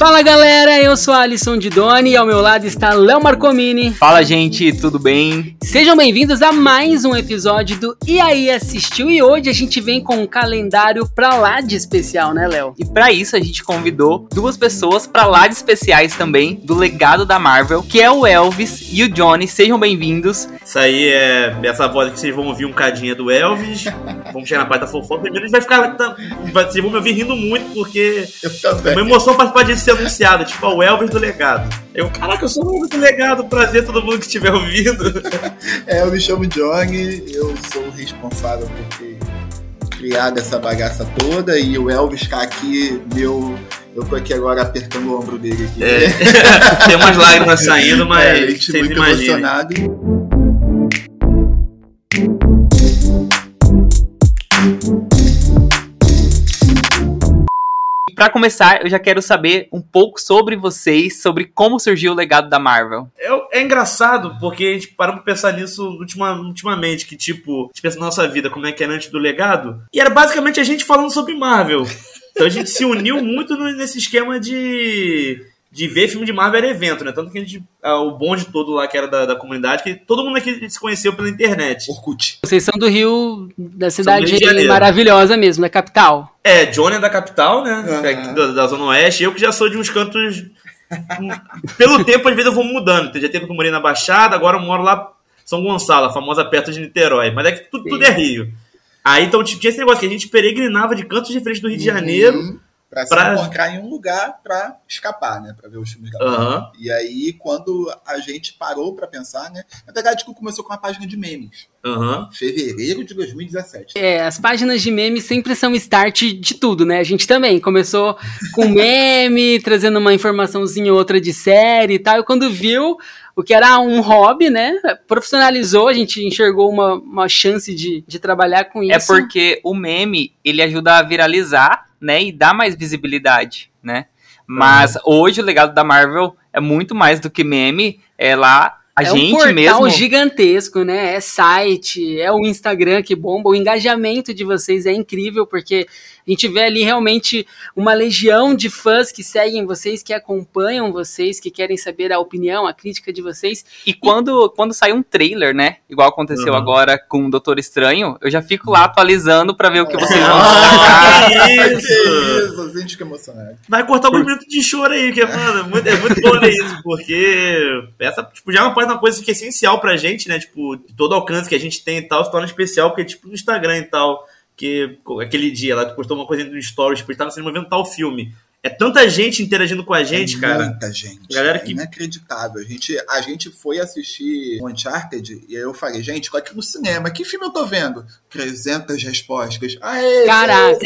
Fala galera, eu sou a Alisson Didoni e ao meu lado está Léo Marcomini. Fala gente, tudo bem? Sejam bem-vindos a mais um episódio do E aí Assistiu? E hoje a gente vem com um calendário pra lá de especial, né Léo? E pra isso a gente convidou duas pessoas pra lá de especiais também, do legado da Marvel, que é o Elvis e o Johnny. Sejam bem-vindos. Isso aí é essa voz que vocês vão ouvir um cadinho do Elvis. Vamos chegar na parte da fofoca. Primeiro a gente vai ficar... Vocês vão me ouvir rindo muito, porque é uma emoção participar disso ser anunciado. Tipo, o Elvis do legado. Caraca, eu sou o Elvis do legado. Prazer todo mundo que estiver ouvindo. Eu me chamo Johnny. Eu sou o responsável por ter criado essa bagaça toda. E o Elvis tá aqui, eu tô aqui agora apertando o ombro dele aqui. Tem umas lágrimas saindo, mas vocês muito imaginem. Emocionado. Pra começar, eu já quero saber um pouco sobre vocês, sobre como surgiu o legado da Marvel. É engraçado, porque a gente parou pra pensar nisso ultimamente, que tipo, a gente pensa na nossa vida, como é que era antes do legado, e era basicamente a gente falando sobre Marvel. Então a gente se uniu muito nesse esquema de ver filme de Marvel era evento, né? Tanto que a gente, o bonde todo lá que era da comunidade, que todo mundo aqui se conheceu pela internet. Orkut. Vocês são do Rio, da cidade maravilhosa mesmo, da capital. Johnny é da capital, né? Uhum. Da Zona Oeste. Eu que já sou de uns cantos... Pelo tempo, às vezes eu vou mudando. Já tempo que eu morei na Baixada, agora eu moro lá em São Gonçalo, a famosa perto de Niterói. Mas é que tudo é Rio. Aí, então, tinha esse negócio que a gente peregrinava de cantos diferentes do Rio de Janeiro... Pra se encontrar em um lugar pra escapar, né? Pra ver os filmes da Marvel. E aí, quando a gente parou pra pensar, né? Na verdade, tudo começou com uma página de memes. Fevereiro de 2017. As páginas de memes sempre são start de tudo, né? A gente também começou com meme, trazendo uma informaçãozinha ou outra de série e tal. E quando viu o que era um hobby, né? Profissionalizou, a gente enxergou uma chance de trabalhar com isso. É porque o meme, ele ajuda a viralizar, né, e dá mais visibilidade, né? Mas hoje o legado da Marvel é muito mais do que meme, é lá a gente mesmo... É um portal gigantesco, né? É site, é o Instagram que bomba, o engajamento de vocês é incrível, porque a gente vê ali realmente uma legião de fãs que seguem vocês, que acompanham vocês, que querem saber a opinião, a crítica de vocês. E quando sai um trailer, né? Igual aconteceu agora com o Doutor Estranho, eu já fico lá atualizando pra ver o que vocês vão falar. Que isso, a gente fica emocionado. Vai cortar alguns minutos de choro aí, que mano, é muito bom isso, porque essa tipo, já é uma coisa que é essencial pra gente, né? Tipo, todo alcance que a gente tem e tal, se torna especial, porque tipo no Instagram e tal, que aquele dia lá tu postou uma coisa no Stories, tipo, tá no cinema vendo tal filme. É tanta gente interagindo com a gente, cara. Muita gente. Galera que... Inacreditável. A gente foi assistir o Uncharted e aí eu falei, gente, tô aqui no cinema. Que filme eu tô vendo? 300 respostas. Caraca!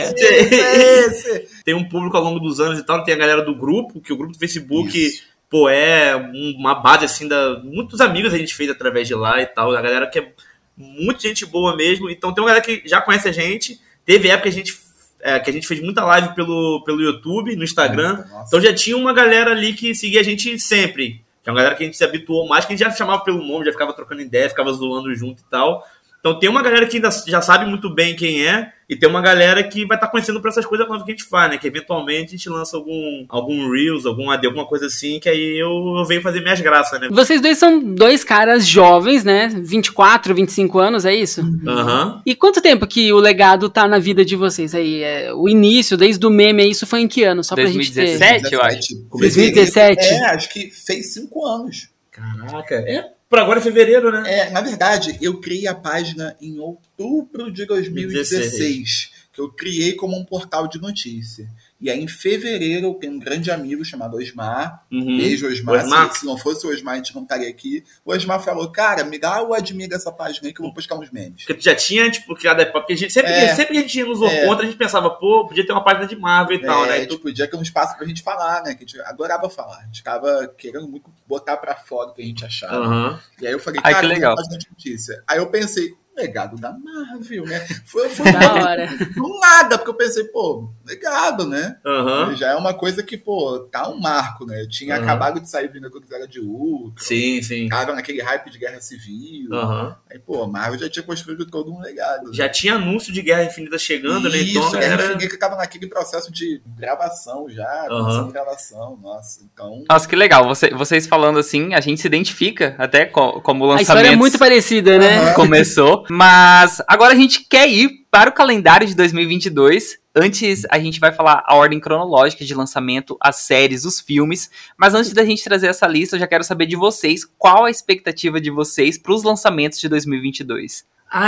Esse. Tem um público ao longo dos anos e tal, tem a galera do grupo, que o grupo do Facebook... Isso. Pô, é uma base, assim, muitos amigos a gente fez através de lá e tal. A galera que é muita gente boa mesmo. Então tem uma galera que já conhece a gente. Teve época que a gente fez muita live pelo YouTube, no Instagram. Então já tinha uma galera ali que seguia a gente sempre. Que é uma galera que a gente se habituou mais, que a gente já chamava pelo nome, já ficava trocando ideia, ficava zoando junto e tal. Então tem uma galera que ainda já sabe muito bem quem é, e tem uma galera que vai estar conhecendo por essas coisas novas que a gente faz, né? Que eventualmente a gente lança algum Reels, algum AD, alguma coisa assim, que aí eu venho fazer minhas graças, né? Vocês dois são dois caras jovens, né? 24, 25 anos, é isso? E quanto tempo que o legado tá na vida de vocês aí? O início, desde o meme, isso foi em que ano? Só 2017, pra gente ter... eu acho. 2017? Acho que fez 5 anos. Caraca, por agora é fevereiro, né? Na verdade, eu criei a página em outubro de 2016, que eu criei como um portal de notícia. E aí, em fevereiro, eu tenho um grande amigo chamado Osmar. Beijo, Osmar. Se não fosse o Osmar, a gente não estaria aqui. O Osmar falou, cara, me dá o admin dessa página aí que eu vou postar uns memes. Porque tu já tinha, tipo, criado a... Porque a gente, sempre que a gente ia nos contra, a gente pensava, pô, podia ter uma página de Marvel e tal, né? Podia ter um espaço pra gente falar, né? Que a gente adorava falar. A gente ficava querendo muito botar pra fora o que a gente achava. E aí eu falei, cara, que legal. página de notícia. Aí eu pensei, legado da Marvel, né? Foi da hora. Do nada, porque eu pensei, pô, legado, né? Uhum. Já é uma coisa que, pô, tá um marco, né? Eu tinha acabado de sair Vingadores Era de Ultron. Sim. Tava naquele hype de Guerra Civil. Aí, pô, a Marvel já tinha construído todo um legado. Já tinha anúncio de Guerra Infinita chegando, né? Então, Guerra Infinita tava naquele processo de gravação já, gravação, nossa. Então... Nossa, que legal. Vocês falando assim, a gente se identifica até como o lançamento. A história é muito parecida, né? Começou. Mas agora a gente quer ir para o calendário de 2022. Antes, a gente vai falar a ordem cronológica de lançamento, as séries, os filmes. Mas antes da gente trazer essa lista, eu já quero saber de vocês, qual a expectativa de vocês para os lançamentos de 2022?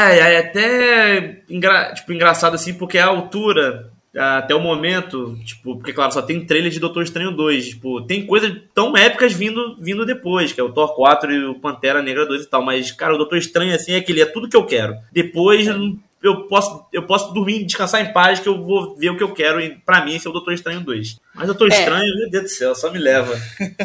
É até engraçado assim, porque a altura, até o momento, tipo, porque claro, só tem trailer de Doutor Estranho 2, tipo, tem coisas tão épicas vindo depois, que é o Thor 4 e o Pantera Negra 2 e tal, mas, cara, o Doutor Estranho, assim, é tudo que eu quero. Depois... Eu posso dormir e descansar em paz, que eu vou ver o que eu quero. E pra mim, esse é o Doutor Estranho 2. Mas Doutor Estranho, meu Deus do céu, só me leva.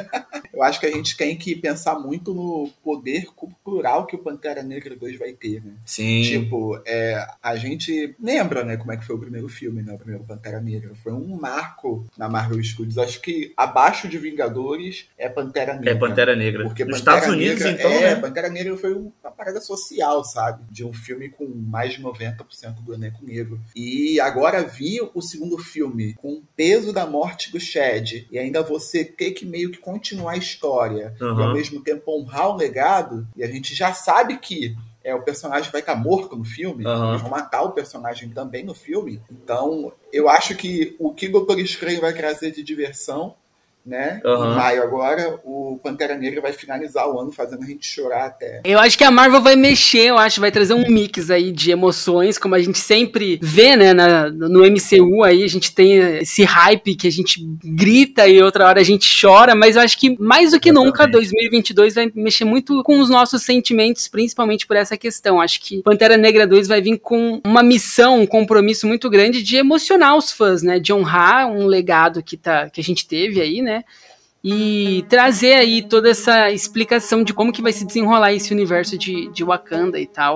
Eu acho que a gente tem que pensar muito no poder cultural que o Pantera Negra 2 vai ter, né? Sim. Tipo, a gente lembra, né, como é que foi o primeiro filme, né? O primeiro Pantera Negra. Foi um marco na Marvel Studios. Acho que abaixo de Vingadores é Pantera Negra. É Pantera Negra. Porque nos Pantera Estados Unidos, Negra, então, né? Pantera Negra foi uma parada social, sabe? De um filme com mais de 90% do elenco negro. E agora vi o segundo filme com o peso da morte do Shed e ainda você ter que meio que continuar a história e ao mesmo tempo honrar o legado, e a gente já sabe que o personagem vai estar morto no filme, eles vão matar o personagem também no filme. Então, eu acho que o que o Doutor Estranho vai trazer de diversão, né? Em maio agora, o Pantera Negra vai finalizar o ano fazendo a gente chorar até. Eu acho que a Marvel vai mexer, vai trazer um mix aí de emoções, como a gente sempre vê, né, no MCU aí, a gente tem esse hype que a gente grita e outra hora a gente chora, mas eu acho que mais do que nunca, 2022 vai mexer muito com os nossos sentimentos, principalmente por essa questão. Acho que Pantera Negra 2 vai vir com uma missão, um compromisso muito grande de emocionar os fãs, né, de honrar um legado que a gente teve aí, né, e trazer aí toda essa explicação de como que vai se desenrolar esse universo de Wakanda e tal.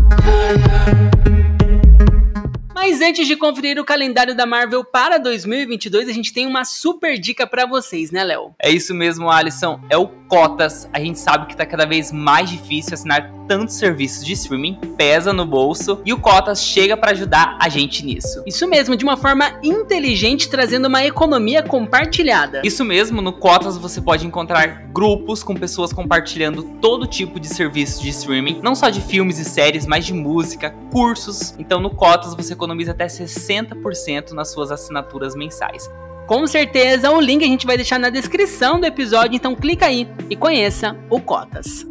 Mas antes de conferir o calendário da Marvel para 2022, a gente tem uma super dica pra vocês, né, Léo? É isso mesmo, Alisson. É o Cotas. A gente sabe que tá cada vez mais difícil assinar tantos serviços de streaming, pesa no bolso, e o Cotas chega pra ajudar a gente nisso. Isso mesmo, de uma forma inteligente, trazendo uma economia compartilhada. Isso mesmo, no Cotas você pode encontrar grupos com pessoas compartilhando todo tipo de serviços de streaming, não só de filmes e séries, mas de música, cursos. Então no Cotas você economiza até 60% nas suas assinaturas mensais. Com certeza, o link a gente vai deixar na descrição do episódio, então clica aí e conheça o Cotas.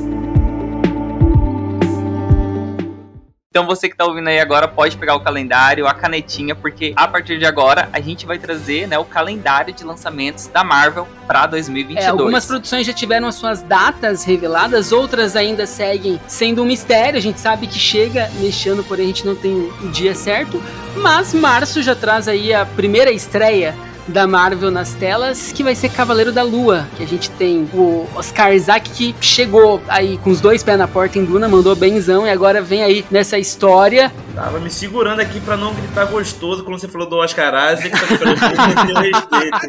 Então você que tá ouvindo aí agora pode pegar o calendário, a canetinha, porque a partir de agora a gente vai trazer, né, o calendário de lançamentos da Marvel para 2022. Algumas produções já tiveram as suas datas reveladas, outras ainda seguem sendo um mistério. A gente sabe que chega neste ano, porém a gente não tem o dia certo. Mas março já traz aí a primeira estreia da Marvel nas telas, que vai ser Cavaleiro da Lua, que a gente tem o Oscar Isaac, que chegou aí com os 2 pés na porta em Duna, mandou benzão, e agora vem aí nessa história. Tava me segurando aqui pra não gritar gostoso quando você falou do Oscar Isaac, que respeito.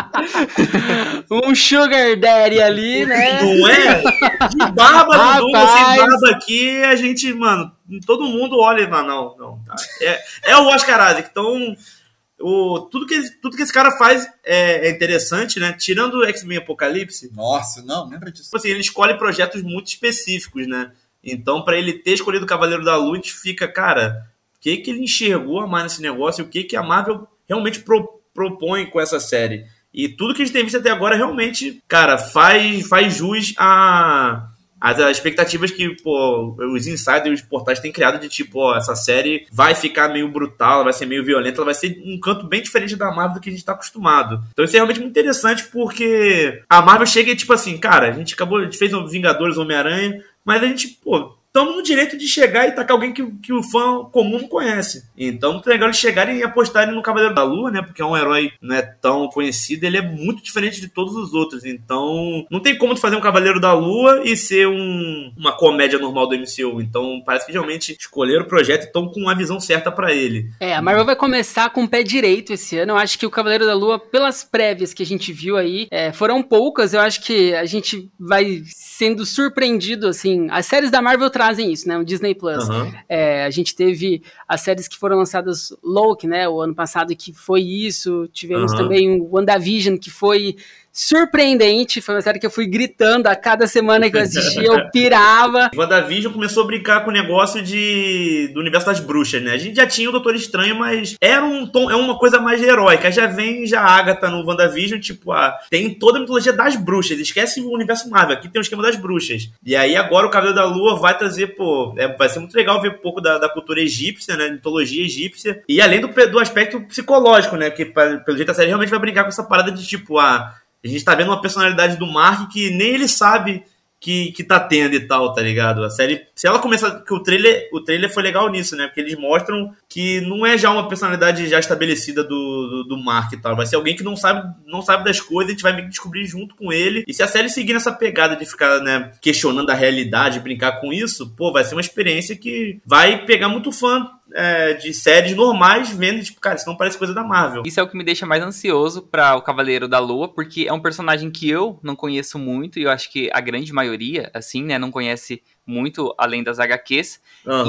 Um Sugar Daddy ali, né? Não é? De barba do Duna, sem barba aqui, a gente, mano, todo mundo olha e fala, não, tá. É o Oscar Isaac, então... Tudo que esse cara faz é interessante, né? Tirando o X-Men Apocalipse. Nossa, não, lembra disso. Assim, ele escolhe projetos muito específicos, né? Então, pra ele ter escolhido o Cavaleiro da Lua, a gente fica, cara, o que ele enxergou a mais nesse negócio e o que a Marvel realmente propõe com essa série. E tudo que a gente tem visto até agora realmente, cara, faz jus as expectativas que, pô, os insiders e os portais têm criado de tipo, ó, essa série vai ficar meio brutal, ela vai ser meio violenta, ela vai ser um canto bem diferente da Marvel do que a gente tá acostumado. Então isso é realmente muito interessante porque a Marvel chega e tipo assim, cara, a gente fez o Vingadores, Homem-Aranha, mas a gente, pô, estamos no direito de chegar e tacar alguém que o fã comum não conhece. Então, muito legal eles chegarem e apostarem no Cavaleiro da Lua, né? Porque é um herói não é tão conhecido, ele é muito diferente de todos os outros. Então, não tem como tu fazer um Cavaleiro da Lua e ser uma comédia normal do MCU. Então, parece que realmente escolheram o projeto e estão com a visão certa pra ele. A Marvel vai começar com o pé direito esse ano. Eu acho que o Cavaleiro da Lua, pelas prévias que a gente viu aí, foram poucas. Eu acho que a gente vai sendo surpreendido, assim. As séries da Marvel trazem isso, né? O Disney Plus. Uhum. A gente teve as séries que foram lançadas Loki, né? O ano passado, que foi isso. Tivemos também o WandaVision, que foi surpreendente. Foi uma série que eu fui gritando a cada semana que eu assistia, eu pirava. WandaVision começou a brincar com o negócio do universo das bruxas, né? A gente já tinha o Doutor Estranho, mas era uma coisa mais heróica. Já vem a Agatha no WandaVision, tipo, tem toda a mitologia das bruxas. Esquece o universo Marvel, aqui tem o esquema das bruxas. E aí agora o Cavaleiro da Lua vai trazer, vai ser muito legal ver um pouco da cultura egípcia, né? Mitologia egípcia. E além do aspecto psicológico, né? Porque pelo jeito a série realmente vai brincar com essa parada de tipo, a gente tá vendo uma personalidade do Mark que nem ele sabe que tá tendo e tal, tá ligado? A série, se ela começar, que o trailer foi legal nisso, né? Porque eles mostram que não é já uma personalidade já estabelecida do Mark e tal, vai ser alguém que não sabe das coisas, a gente vai meio que descobrir junto com ele. E se a série seguir nessa pegada de ficar, né, questionando a realidade, brincar com isso, vai ser uma experiência que vai pegar muito fã de séries normais, vendo, tipo, cara, isso não parece coisa da Marvel. Isso é o que me deixa mais ansioso pra o Cavaleiro da Lua, porque é um personagem que eu não conheço muito, e eu acho que a grande maioria, assim, né, não conhece muito além das HQs,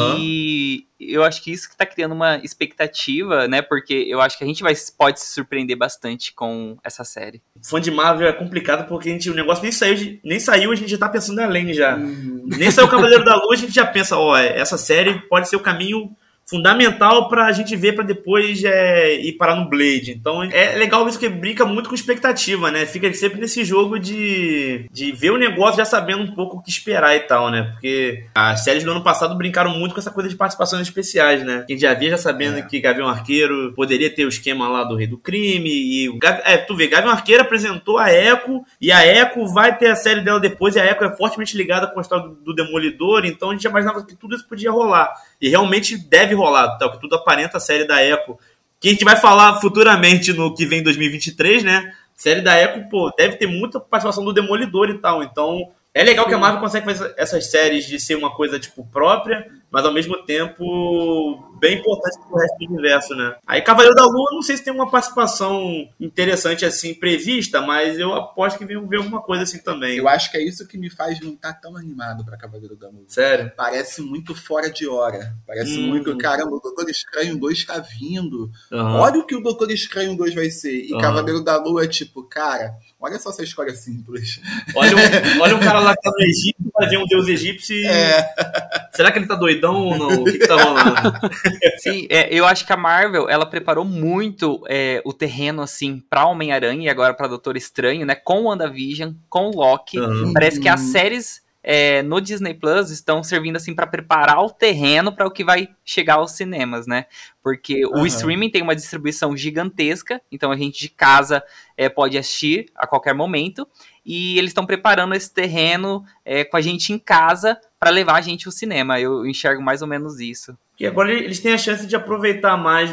e eu acho que isso que tá criando uma expectativa, né, porque eu acho que a gente pode se surpreender bastante com essa série. Fã de Marvel é complicado porque o negócio nem saiu, a gente já tá pensando além já. Nem saiu o Cavaleiro da Lua, a gente já pensa, essa série pode ser o caminho fundamental pra gente ver pra depois ir parar no Blade. Então é legal isso, que brinca muito com expectativa, né? Fica sempre nesse jogo de ver o negócio já sabendo um pouco o que esperar e tal, né? Porque as séries do ano passado brincaram muito com essa coisa de participações especiais, né? Quem já via já sabendo que Gavião Arqueiro poderia ter o esquema lá do Rei do Crime e tu vê, Gavião Arqueiro apresentou a Echo e a Echo vai ter a série dela depois, e a Echo é fortemente ligada com a história do Demolidor, então a gente já imaginava que tudo isso podia rolar. E realmente deve rolar, tá? Que tudo aparenta a série da Echo, que a gente vai falar futuramente no que vem em 2023, né? A série da Echo, deve ter muita participação do Demolidor e tal. Então, é legal que a Marvel consegue fazer essas séries de ser uma coisa, tipo, própria, mas ao mesmo tempo bem importante pro resto do universo, né? Aí Cavaleiro da Lua, não sei se tem uma participação interessante assim prevista, mas eu aposto que vem ver alguma coisa assim também. Eu acho que é isso que me faz não estar tão animado pra Cavaleiro da Lua. Sério? Parece muito fora de hora. Parece muito, caramba, o Doutor Estranho 2 tá vindo. Olha o que o Doutor Estranho 2 vai ser. E Cavaleiro da Lua é tipo, cara, olha só essa história simples. Olha um cara lá que tá no Egito, vai ver um deus egípcio e... Será que ele tá doidão ou não? O que tá rolando? Sim, eu acho que a Marvel, ela preparou muito o terreno, assim, pra Homem-Aranha e agora pra Doutor Estranho, né? Com WandaVision, com Loki. Parece que as séries no Disney Plus estão servindo, assim, pra preparar o terreno pra o que vai chegar aos cinemas, né? Porque o streaming tem uma distribuição gigantesca, então a gente de casa pode assistir a qualquer momento, e eles estão preparando esse terreno com a gente em casa para levar a gente ao cinema. Eu enxergo mais ou menos isso. E agora eles têm a chance de aproveitar mais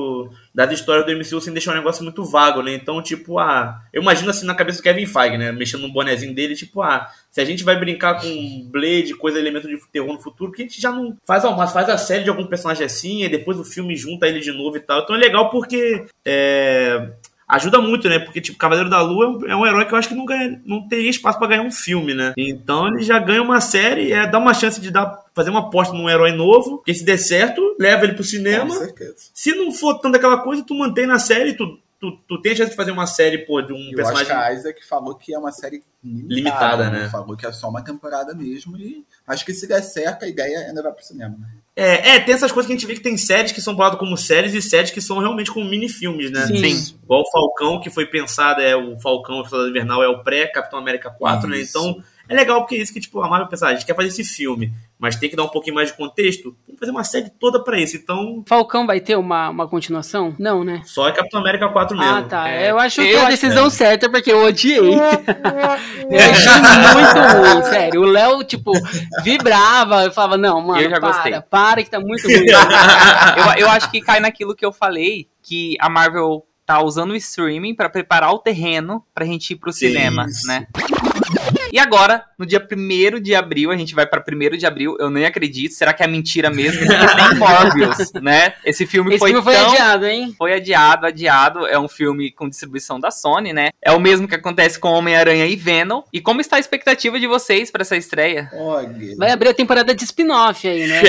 das histórias do MCU sem deixar um negócio muito vago, né? Então, tipo, eu imagino assim na cabeça do Kevin Feige, né? Mexendo no bonezinho dele, tipo, se a gente vai brincar com Blade, coisa, elemento de terror no futuro, porque a gente já não faz a série de algum personagem assim, e depois o filme junta ele de novo e tal. Então é legal porque ajuda muito, né? Porque, tipo, Cavaleiro da Lua é um herói que eu acho que não teria espaço pra ganhar um filme, né? Então ele já ganha uma série, dá uma chance de fazer uma aposta num herói novo, porque se der certo, leva ele pro cinema. Com certeza. Se não for tanto aquela coisa, tu mantém na série, tu tem a chance de fazer uma série, de um personagem... Eu acho que a Isaac falou que é uma série limitada, né? Falou que é só uma temporada mesmo, e acho que se der certo, a ideia é levar pro cinema, né? Tem essas coisas que a gente vê que tem séries que são faladas como séries e séries que são realmente como mini-filmes, né? Sim. Igual o Falcão, que foi pensado, o Falcão, o Soldado Invernal é o pré-Capitão América 4, né? Então, É legal porque é isso que, tipo, a Marvel pensa, a gente quer fazer esse filme, mas tem que dar um pouquinho mais de contexto, vamos fazer uma série toda pra isso, então... Falcão vai ter uma continuação? Não, né? Só é Capitão América 4 mesmo. Ah, tá. Eu acho que é a decisão certa, porque eu odiei. Eu achei muito ruim, sério. O Léo, tipo, vibrava, eu falava, não, mano, eu já gostei. Para que tá muito ruim. eu acho que cai naquilo que eu falei, que a Marvel tá usando o streaming pra preparar o terreno pra gente ir pros cinemas, né? E agora, no dia 1º de abril, a gente vai pra 1º de abril, eu nem acredito, será que é mentira mesmo? Porque tem Morbius, né? Esse filme foi adiado, hein? Foi adiado, é um filme com distribuição da Sony, né? É o mesmo que acontece com Homem-Aranha e Venom. E como está a expectativa de vocês pra essa estreia? Olha, vai abrir a temporada de spin-off aí, né?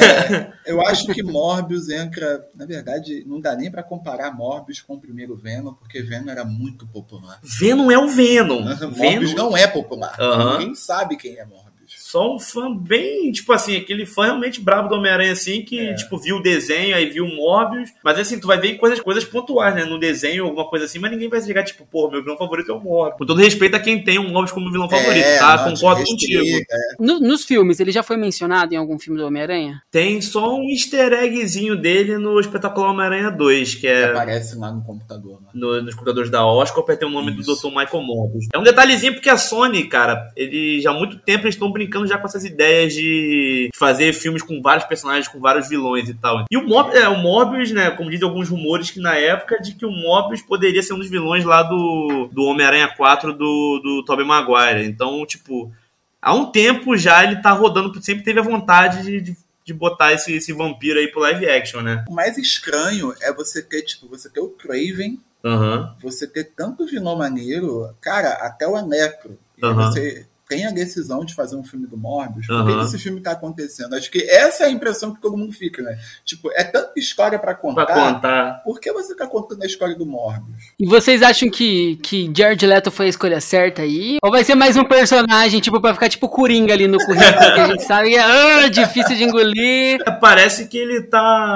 Eu acho que Morbius entra... Na verdade, não dá nem pra comparar Morbius com o primeiro Venom, porque Venom era muito popular. Venom é o Venom. Morbius não é popular. Uhum. Ninguém sabe quem é Morbius. Só um fã bem, tipo assim, aquele fã realmente brabo do Homem-Aranha, assim, que, tipo, viu o desenho, aí viu o Morbius. Mas, assim, tu vai ver coisas pontuais, né? No desenho, alguma coisa assim, mas ninguém vai chegar, tipo, pô, meu vilão favorito é o Morbius. Com todo respeito a quem tem o Morbius como vilão favorito, tá? Concordo contigo. Nos filmes, ele já foi mencionado em algum filme do Homem-Aranha? Tem só um easter eggzinho dele no Espetacular Homem-Aranha 2, que é... aparece lá no computador. Né? Nos computadores da Oscar, tem o nome do Dr. Michael Morbius. É um detalhezinho porque a Sony, cara, já há muito tempo eles estão brincando já com essas ideias de fazer filmes com vários personagens, com vários vilões e tal. E o Morbius, né, como dizem alguns rumores que na época, de que o Morbius poderia ser um dos vilões lá do Homem-Aranha 4 do Tobey Maguire. Então, tipo, há um tempo já ele tá rodando, sempre teve a vontade de botar esse vampiro aí pro live action, né? O mais estranho é você ter o Kraven, você ter tanto vilão maneiro, cara, até o Electro. E você tem a decisão de fazer um filme do Morbius. Por que esse filme tá acontecendo? Acho que essa é a impressão que todo mundo fica, né? Tipo, é tanta história pra contar. Por que você tá contando a história do Morbius? E vocês acham que Jared Leto foi a escolha certa aí? Ou vai ser mais um personagem, tipo, pra ficar tipo Coringa ali no currículo, que a gente sabe que é difícil de engolir? Parece que ele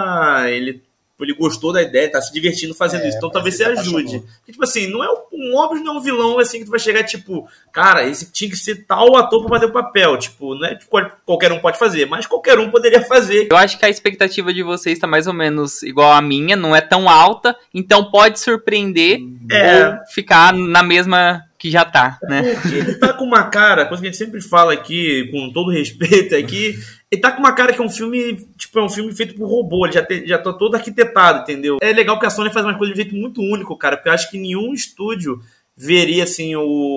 gostou da ideia, tá se divertindo fazendo isso, então talvez você ajude. Porque, tipo assim, o Morbius não é um vilão assim que tu vai chegar, tipo, cara, esse tinha que ser tal ator pra fazer o papel. Tipo, não é que qualquer um pode fazer, mas qualquer um poderia fazer. Eu acho que a expectativa de vocês tá mais ou menos igual a minha, não é tão alta, então pode surpreender ou ficar na mesma que já tá, né? Porque ele tá com uma cara, coisa que a gente sempre fala aqui, com todo respeito aqui, ele tá com uma cara que é um filme, tipo, é um filme feito por robô, ele já tá todo arquitetado, entendeu? É legal que a Sony faz umas coisas de um jeito muito único, cara, porque eu acho que nenhum estúdio veria, assim,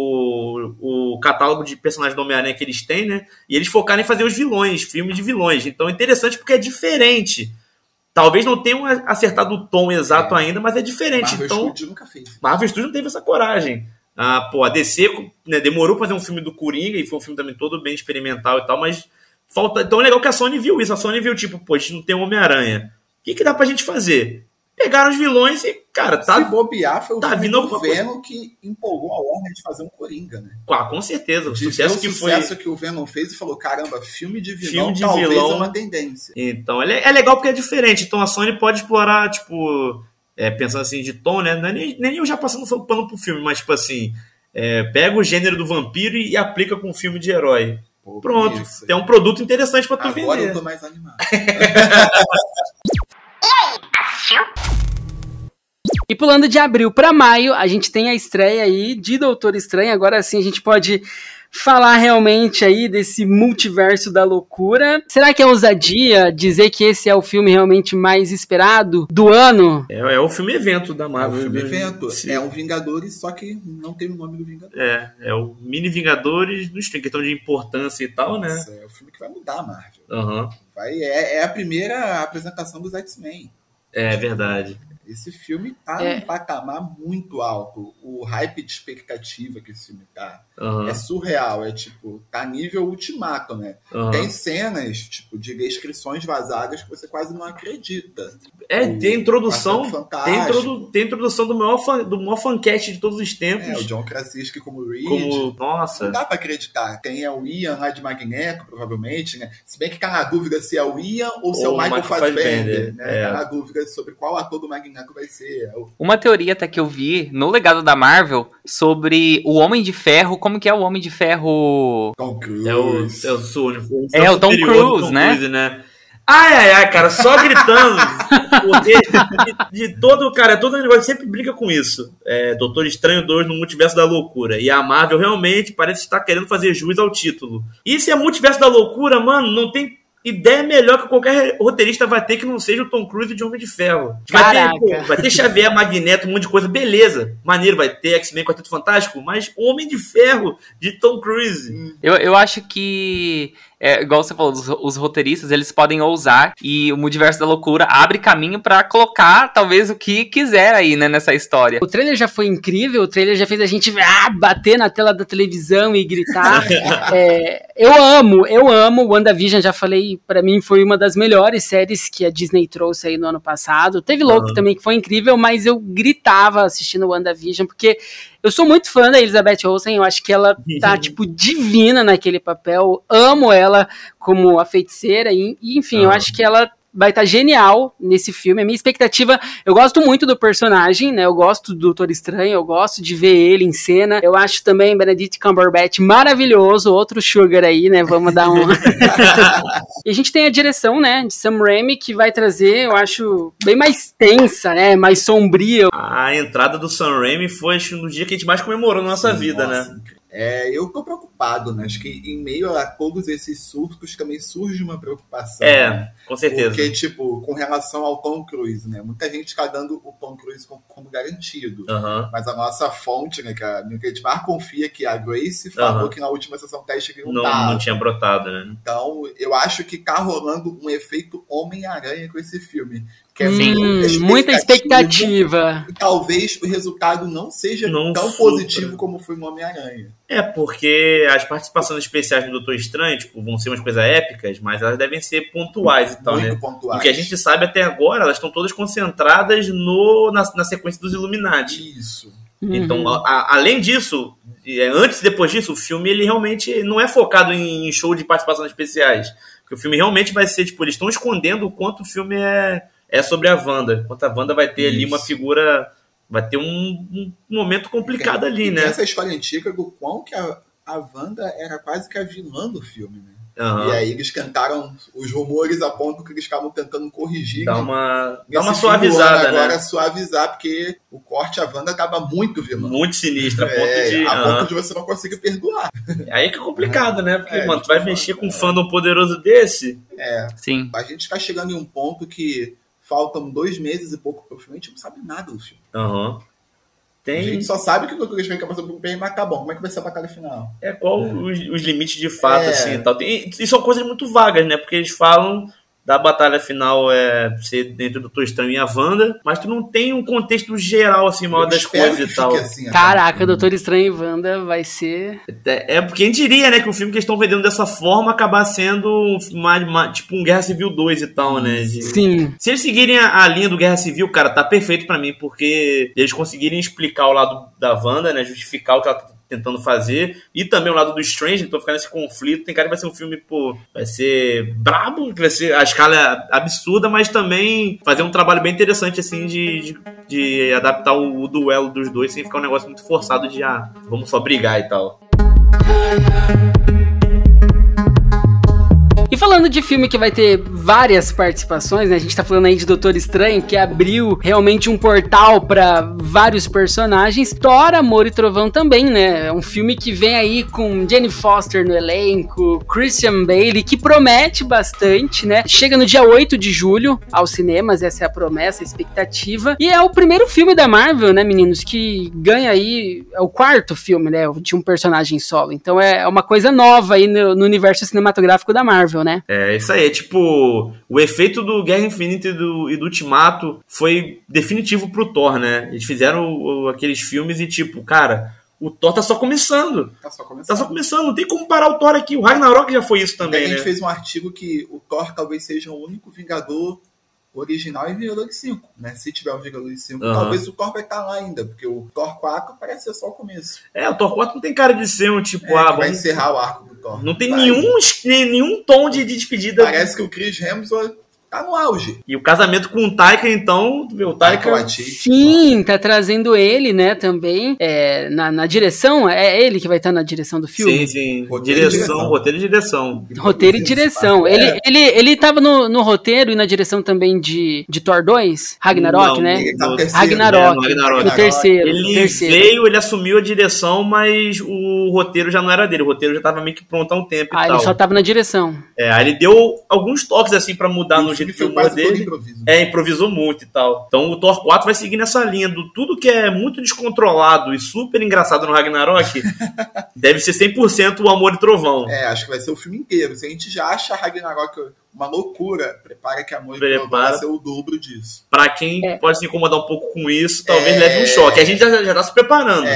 o catálogo de personagens do Homem-Aranha que eles têm, né? E eles focarem em fazer os vilões, filmes de vilões. Então é interessante porque é diferente. Talvez não tenham acertado o tom exato ainda, mas é diferente. Marvel Studios nunca fez. Marvel Studios não teve essa coragem. A DC, né, demorou pra fazer um filme do Coringa, e foi um filme também todo bem experimental e tal, mas falta... Então é legal que a Sony viu isso. A Sony viu, tipo, pô, a gente não tem um Homem-Aranha. O que dá pra gente fazer? Pegaram os vilões e, cara, tá... Se bobear, foi o filme vindo do Venom que empolgou a Warner de fazer um Coringa, né? Com certeza. O sucesso que o Venom fez e falou, caramba, filme de vilão talvez é uma tendência. Então, é legal porque é diferente. Então a Sony pode explorar, tipo... pensando assim de tom, né? Não é nem eu já passando pano pro filme, mas tipo assim, pega o gênero do vampiro e aplica com um filme de herói. Pô, pronto, tem um produto interessante pra tu vender. Agora eu tô mais animado. E pulando de abril pra maio, a gente tem a estreia aí de Doutor Estranho. Agora sim a gente pode falar realmente aí desse multiverso da loucura. Será que é ousadia dizer que esse é o filme realmente mais esperado do ano? É o filme evento da Marvel. É o filme evento. Sim. É o Vingadores, só que não tem o nome do Vingadores. É o mini Vingadores, em questão de importância e tal, né? Nossa, é o filme que vai mudar a Marvel. É a primeira apresentação dos X-Men. É verdade. Esse filme tá num patamar muito alto. O hype de expectativa que esse filme tá é surreal. É tipo, tá nível Ultimato, né? Tem cenas, tipo, de descrições vazadas que você quase não acredita. Tem introdução. Tem introdução do maior fancast de todos os tempos. O John Krasinski como Reed. Nossa. Não dá pra acreditar. Tem o Ian lá de Magneto, provavelmente, né? Se bem que tá na dúvida se é o Ian ou se é o Michael Fassbender, né? Tá na dúvida sobre qual ator do Magneto né, que vai ser. Uma teoria até que eu vi no legado da Marvel sobre o Homem de Ferro, como que é o Homem de Ferro? Tom Cruise. O Tom Cruise, né? Ai, cara, só gritando. Porque todo negócio sempre briga com isso. Doutor Estranho 2 no Multiverso da Loucura. E a Marvel realmente parece estar querendo fazer jus ao título. E se é Multiverso da Loucura, mano, não tem ideia melhor que qualquer roteirista vai ter que não seja o Tom Cruise de Homem de Ferro. Vai ter Xavier, Magneto, um monte de coisa. Beleza, maneiro, vai ter X-Men, Quarteto Fantástico, mas Homem de Ferro de Tom Cruise. Eu acho que... igual você falou, os roteiristas, eles podem ousar e o Multiverso da Loucura abre caminho pra colocar, talvez, o que quiser aí, né, nessa história. O trailer já foi incrível, o trailer já fez a gente bater na tela da televisão e gritar. Eu amo WandaVision, já falei, pra mim foi uma das melhores séries que a Disney trouxe aí no ano passado. Teve Loki também, que foi incrível, mas eu gritava assistindo WandaVision, porque eu sou muito fã da Elizabeth Olsen, eu acho que ela tá, tipo, divina naquele papel, amo ela como a feiticeira, e enfim, eu acho que ela vai estar genial nesse filme. A minha expectativa, eu gosto muito do personagem, né, eu gosto do Doutor Estranho, eu gosto de ver ele em cena, eu acho também Benedict Cumberbatch maravilhoso, outro Sugar aí, né, vamos dar um... E a gente tem a direção, né, de Sam Raimi, que vai trazer, eu acho, bem mais tensa, né, mais sombria. A entrada do Sam Raimi foi, acho, no dia que a gente mais comemorou na nossa vida, né? Eu tô preocupado, né? Acho que em meio a todos esses surtos também surge uma preocupação. Com certeza. Porque, tipo, com relação ao Tom Cruise, né? Muita gente tá dando o Tom Cruise como garantido. Mas a nossa fonte, né, que a Edmar confia, que a Grace falou que na última sessão teste ele não tinha brotado, né? Então, eu acho que tá rolando um efeito Homem-Aranha com esse filme. Que é muita expectativa. E talvez o resultado não seja tão positivo como foi no Homem-Aranha. Porque as participações especiais do Doutor Estranho, tipo, vão ser umas coisas épicas, mas elas devem ser pontuais e tal, muito né? pontuais. O que a gente sabe até agora, elas estão todas concentradas na sequência dos Illuminati. Isso. Então, além disso, antes e depois disso, o filme ele realmente não é focado em show de participações especiais. Porque o filme realmente vai ser, tipo, eles estão escondendo o quanto o filme é sobre a Wanda. Enquanto a Wanda vai ter ali uma figura... Vai ter um momento complicado ali, né? Essa história antiga do quão que a Wanda era quase que a vilã do filme, né? E aí eles cantaram os rumores a ponto que eles estavam tentando corrigir. Dá uma suavizada, né? Agora suavizar, porque o corte a Wanda tava muito vilã. Muito sinistra, a ponto de você não conseguir perdoar. Aí que é complicado, né? Porque, mano, tu vai mexer com um fandom poderoso desse? Sim. A gente tá chegando em um ponto que faltam 2 meses e pouco pro filme, a gente não sabe nada do filme. A gente só sabe que o Doutor Estranho passou por um perrengue, mas tá bom. Como é que vai ser a batalha final? Qual os limites de fato, assim, e tal. E são coisas muito vagas, né? Porque eles falam da batalha final ser dentro do Doutor Estranho e a Wanda, mas tu não tem um contexto geral, assim, maior das coisas e tal. Assim, caraca, Doutor Estranho e Wanda vai ser... Porque a gente diria, né, que o filme que eles estão vendendo dessa forma acabar sendo tipo um Guerra Civil 2 e tal, né? Sim. Se eles seguirem a linha do Guerra Civil, cara, tá perfeito pra mim, porque eles conseguirem explicar o lado da Wanda, né, justificar o que ela tá tentando fazer, e também o lado do Strange, então ficar nesse conflito. Tem cara que vai ser um filme, vai ser brabo, vai ser a escala absurda, mas também fazer um trabalho bem interessante, assim, de adaptar o duelo dos dois sem ficar um negócio muito forçado de, vamos só brigar e tal. E falando de filme que vai ter várias participações, né? A gente tá falando aí de Doutor Estranho, que abriu realmente um portal para vários personagens. Thor, Amor e Trovão também, né? É um filme que vem aí com Jane Foster no elenco, Christian Bale, que promete bastante, né? Chega no dia 8 de julho aos cinemas, essa é a promessa, a expectativa. E é o primeiro filme da Marvel, né, meninos, que ganha aí, é o 4º filme, né, de um personagem solo. Então é uma coisa nova aí no universo cinematográfico da Marvel, né? Isso aí, tipo, o efeito do Guerra Infinita e do Ultimato foi definitivo pro Thor, né? Eles fizeram aqueles filmes e, tipo, cara, o Thor tá só começando. Tá só começando, não tem como parar o Thor aqui. O Ragnarok já foi isso também, né? A gente fez um artigo que o Thor talvez seja o único Vingador original e Vingador de 5, né? Se tiver um Vingador de 5, talvez o Thor vai estar lá ainda, porque o Thor 4 parece ser só o começo. O Thor 4 não tem cara de ser um tipo... vai encerrar o arco do Thor. Não tem nenhum tom de despedida. Parece que o Chris Hemsworth tá no auge. E o casamento com o Taika, então, o Taika... Sim, tá trazendo ele, né, também, na direção, é ele que vai estar na direção do filme? Sim. Roteiro e direção. Roteiro e direção. Ele tava no roteiro e na direção também de Thor 2, Ragnarok, né? Ragnarok. No terceiro. Ele assumiu a direção, mas o roteiro já não era dele, o roteiro já tava meio que pronto há um tempo e tal. Ele só tava na direção. Aí ele deu alguns toques, assim, pra mudar no jeito de humor dele. Improvisou muito e tal. Então o Thor 4 vai seguir nessa linha do tudo que é muito descontrolado e super engraçado no Ragnarok, deve ser 100% o Amor e Trovão. Acho que vai ser o filme inteiro. Se a gente já acha Ragnarok uma loucura, prepara que Amor e Trovão vai ser o dobro disso. Pra quem pode se incomodar um pouco com isso, talvez leve um choque. A gente já tá se preparando.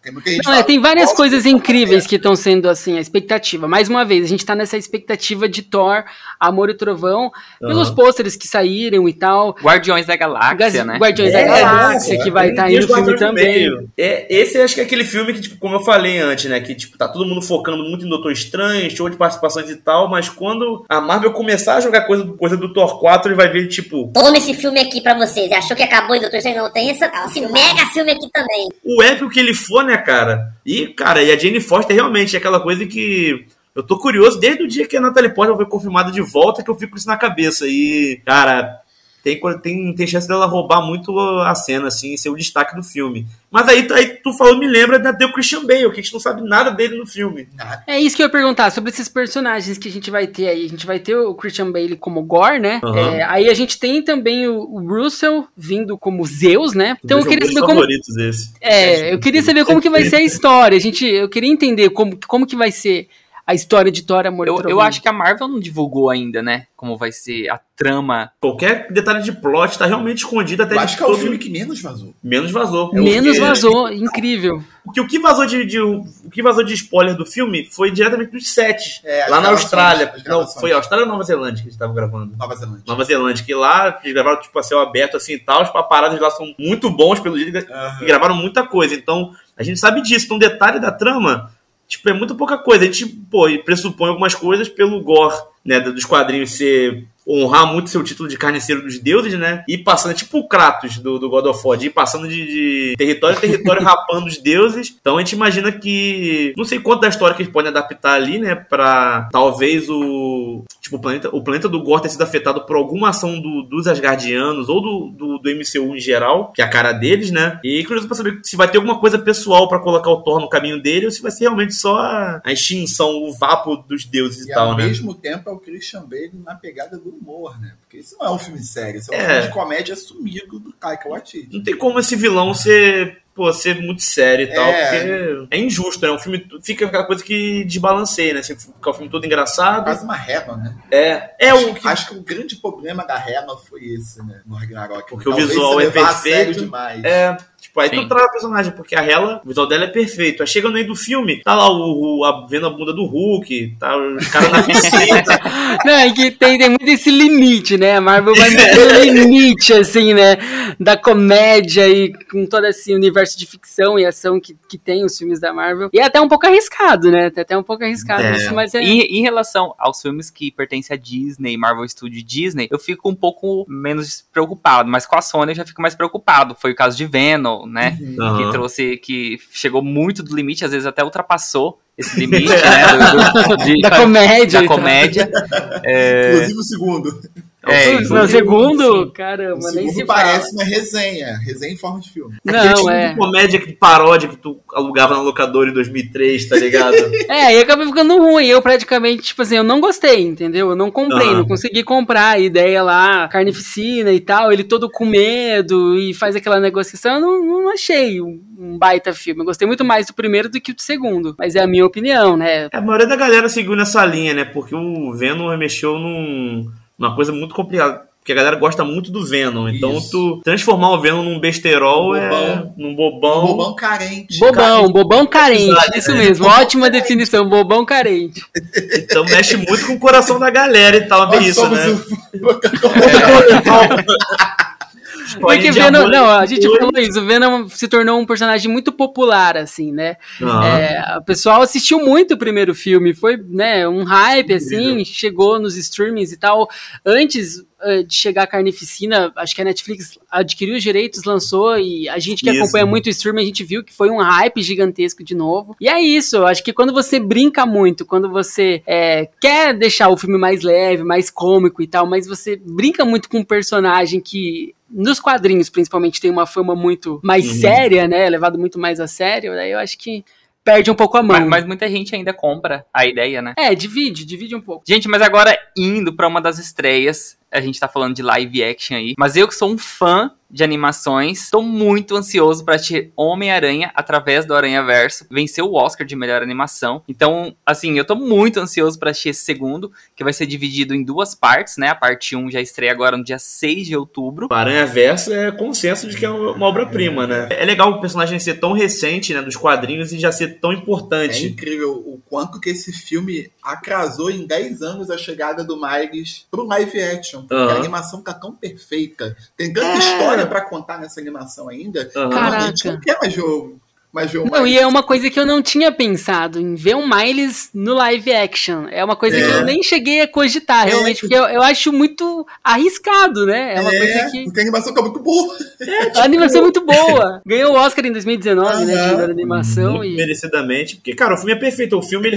Tem várias coisas incríveis que estão sendo, assim, a expectativa. Mais uma vez, a gente tá nessa expectativa de Thor, Amor e Trovão, pelos pôsteres que saíram e tal. Guardiões da Galáxia, né? Guardiões da Galáxia, que vai estar aí no filme também. Esse acho que é aquele filme que, tipo, como eu falei antes, né? Que, tipo, tá todo mundo focando muito em Doutor Estranho, show de participações e tal, mas quando a Marvel começar a jogar coisa do Thor 4, ele vai ver, tipo... Toma esse filme aqui pra vocês. Achou que acabou e Doutor Estranho? Não, tem esse mega filme aqui também. O épico que ele for, né, cara? E a Jane Foster realmente é aquela coisa que... Eu tô curioso desde o dia que a Natalie Portman foi confirmada de volta, que eu fico com isso na cabeça. E, cara... Tem chance dela roubar muito a cena, assim, ser o destaque do filme. Mas aí tu falou, me lembra do Christian Bale, que a gente não sabe nada dele no filme. É isso que eu ia perguntar, sobre esses personagens que a gente vai ter aí. A gente vai ter o Christian Bale como Gore, né? Aí a gente tem também o Russell vindo como Zeus, né? Então eu queria saber como... eu queria saber como que vai ser a história. Eu queria entender como que vai ser a história de Thor, Amor e Trovão. Eu acho que a Marvel não divulgou ainda, né? Como vai ser a trama. Qualquer detalhe de plot tá realmente escondido até... Eu acho que é o filme que menos vazou. Menos vazou. Incrível. Porque o que vazou de spoiler do filme foi diretamente dos sets. Lá na Austrália. Não, foi Austrália ou Nova Zelândia que eles estavam gravando? Nova Zelândia. Que lá eles gravaram tipo a céu aberto assim e tal. Os paparazzis lá são muito bons pelo jeito e gravaram muita coisa. Então, a gente sabe disso. Então, detalhe da trama... Tipo, é muito pouca coisa. A gente, pressupõe algumas coisas pelo gore, né, dos quadrinhos honrar muito seu título de carniceiro dos deuses, né? E passando, tipo o Kratos do God of War, de ir passando de território em território rapando os deuses. Então a gente imagina que... Não sei quanto da história que eles podem adaptar ali, né? Pra talvez o planeta do Gore ter sido afetado por alguma ação dos Asgardianos ou do MCU em geral, que é a cara deles, né? E curioso pra saber se vai ter alguma coisa pessoal pra colocar o Thor no caminho dele ou se vai ser realmente só a extinção, o vapo dos deuses e tal, né? Ao mesmo tempo é o Christian Bale na pegada do humor, né? Porque isso não é um filme sério, isso é um filme de comédia sumido do Taika Waititi. Não tem como esse vilão ser muito sério e tal, porque é injusto, né? O filme fica aquela coisa que desbalanceia, né? Fica o filme todo engraçado. Quase uma régua, né? Acho que o grande problema da régua foi esse, né? No Ragnarok. Porque talvez o visual é perfeito demais. Aí tu trava a personagem, porque a Hela, o visual dela é perfeito. Aí chega no meio do filme, tá lá vendo a bunda do Hulk, tá os caras na piscina. Não, é que tem muito esse limite, né? A Marvel vai ter limite, assim, né? Da comédia e com todo esse universo de ficção e ação que tem os filmes da Marvel. E é até um pouco arriscado, né? Até um pouco arriscado isso, mas Em relação aos filmes que pertencem a Disney, Marvel Studios Disney, eu fico um pouco menos preocupado, mas com a Sony eu já fico mais preocupado. Foi o caso de Venom, né? Que chegou muito do limite, às vezes até ultrapassou esse limite, né? Da comédia. Inclusive o segundo. No segundo, caramba, nem se parece uma resenha em forma de filme. Aquele tipo de comédia paródia que tu alugava na locadora em 2003, tá ligado? E acabou ficando ruim. Eu praticamente, tipo assim, eu não gostei, entendeu? Eu não comprei, não consegui comprar a ideia lá, carnificina e tal, ele todo com medo e faz aquela negociação. Eu não achei um baita filme. Eu gostei muito mais do primeiro do que do segundo, mas é a minha opinião, né? A maioria da galera seguiu nessa linha, né? Porque o Venom mexeu numa coisa muito complicada. Porque a galera gosta muito do Venom. Então, tu transformar o Venom num besterol num bobão. Um bobão carente. Bobão carente. Isso mesmo. Ótima definição. Bobão carente. Então, mexe muito com o coração da galera e tal. Ver isso, né? Porque Venom, a gente falou isso, o Venom se tornou um personagem muito popular, assim, né? O pessoal assistiu muito o primeiro filme, foi, né, um hype, assim, chegou nos streamings e tal. Antes, de chegar a Carnificina, acho que a Netflix adquiriu os direitos, lançou, e a gente que acompanha muito o streaming, a gente viu que foi um hype gigantesco de novo. E é isso, eu acho que quando você brinca muito, quando você quer deixar o filme mais leve, mais cômico e tal, mas você brinca muito com um personagem que nos quadrinhos, principalmente, tem uma fama muito mais séria, né? Levado muito mais a sério. Daí eu acho que perde um pouco a mão. Mas muita gente ainda compra a ideia, né? Divide um pouco. Gente, mas agora indo pra uma das estreias, a gente tá falando de live action aí, mas eu que sou um fã de animações, tô muito ansioso pra assistir Homem-Aranha através do Aranhaverso, venceu o Oscar de melhor animação. Então, assim, eu tô muito ansioso pra assistir esse segundo, que vai ser dividido em 2 partes, né? A parte 1 já estreia agora no dia 6 de outubro. O Aranhaverso é consenso de que é uma obra-prima, né? É legal o personagem ser tão recente, né, dos quadrinhos, e já ser tão importante. É incrível o quanto que esse filme atrasou em 10 anos a chegada do Miles pro live action, porque a animação tá tão perfeita, tem tanta história pra contar nessa animação ainda, que a gente não quer mais ver o Miles. Não, e é uma coisa que eu não tinha pensado, em ver um Miles no live action. É uma coisa que eu nem cheguei a cogitar, realmente, porque eu acho muito arriscado, né? É uma coisa que... Porque a animação tá muito boa. A animação é muito boa. Ganhou o Oscar em 2019, né, de melhor animação. Muito merecidamente, porque, cara, o filme é perfeito. O filme,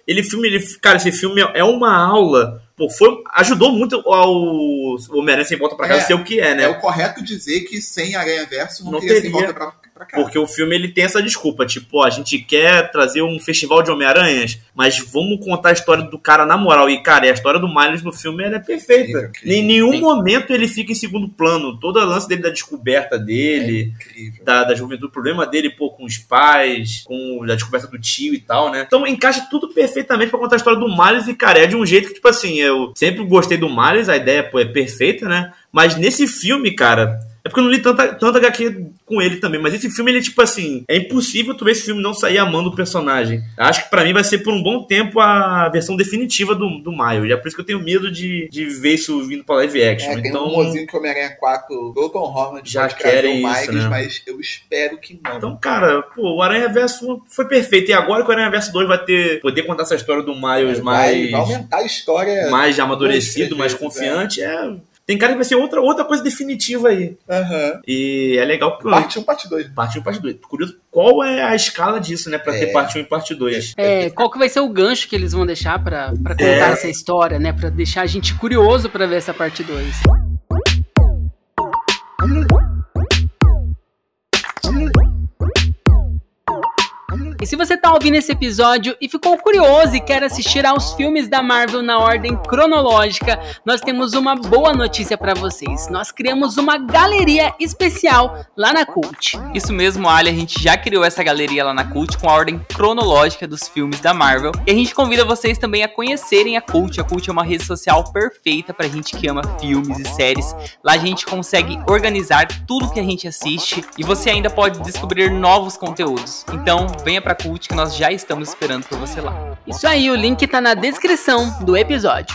cara, esse filme é uma aula... Pô, ajudou muito ao Homem-Aranha Sem Volta pra Casa ser o que é, né? É o correto dizer que sem Aranhaverso não teria Sem Volta pra Casa. Porque o filme ele tem essa desculpa, tipo, a gente quer trazer um festival de Homem-Aranhas, mas vamos contar a história do cara na moral. E, cara, a história do Miles no filme ela é perfeita. Em nenhum momento ele fica em segundo plano. Todo o lance dele da descoberta dele, da juventude, o problema dele, pô, com os pais, com a descoberta do tio e tal, né? Então encaixa tudo perfeitamente pra contar a história do Miles e, cara, é de um jeito que, tipo assim, eu sempre gostei do Miles, a ideia, pô, é perfeita, né? Mas nesse filme, cara... É porque eu não li tanta HQ com ele também, mas esse filme, ele, tipo assim, é impossível tu ver esse filme não sair amando o personagem. Acho que pra mim vai ser por um bom tempo a versão definitiva do Miles. É por isso que eu tenho medo de ver isso vindo pra live action. Tem então, um rumorzinho que o Homem-Aranha 4 do Tom Holland já pode trazer o isso, Miles, né? mas eu espero que não. Então, cara, pô, o Aranhaverso foi perfeito. E agora que o Aranhaverso 2 vai poder contar essa história do Miles vai aumentar a história. Mais amadurecido, mais confiante. Tem cara que vai ser outra coisa definitiva aí. E é legal porque... Parte 1, parte 2. Parte 1, parte 2. Curioso qual é a escala disso, né? Pra ter parte 1 e parte 2. Qual que vai ser o gancho que eles vão deixar pra contar essa história, né? Pra deixar a gente curioso pra ver essa parte 2. E se você tá ouvindo esse episódio e ficou curioso e quer assistir aos filmes da Marvel na ordem cronológica, nós temos uma boa notícia pra vocês. Nós criamos uma galeria especial lá na Cult. Isso mesmo, Ali, a gente já criou essa galeria lá na Cult com a ordem cronológica dos filmes da Marvel. E a gente convida vocês também a conhecerem a Cult. A Cult é uma rede social perfeita pra gente que ama filmes e séries. Lá a gente consegue organizar tudo que a gente assiste e você ainda pode descobrir novos conteúdos. Então, venha pra Cult que nós já estamos esperando por você lá. Isso aí, o link tá na descrição do episódio.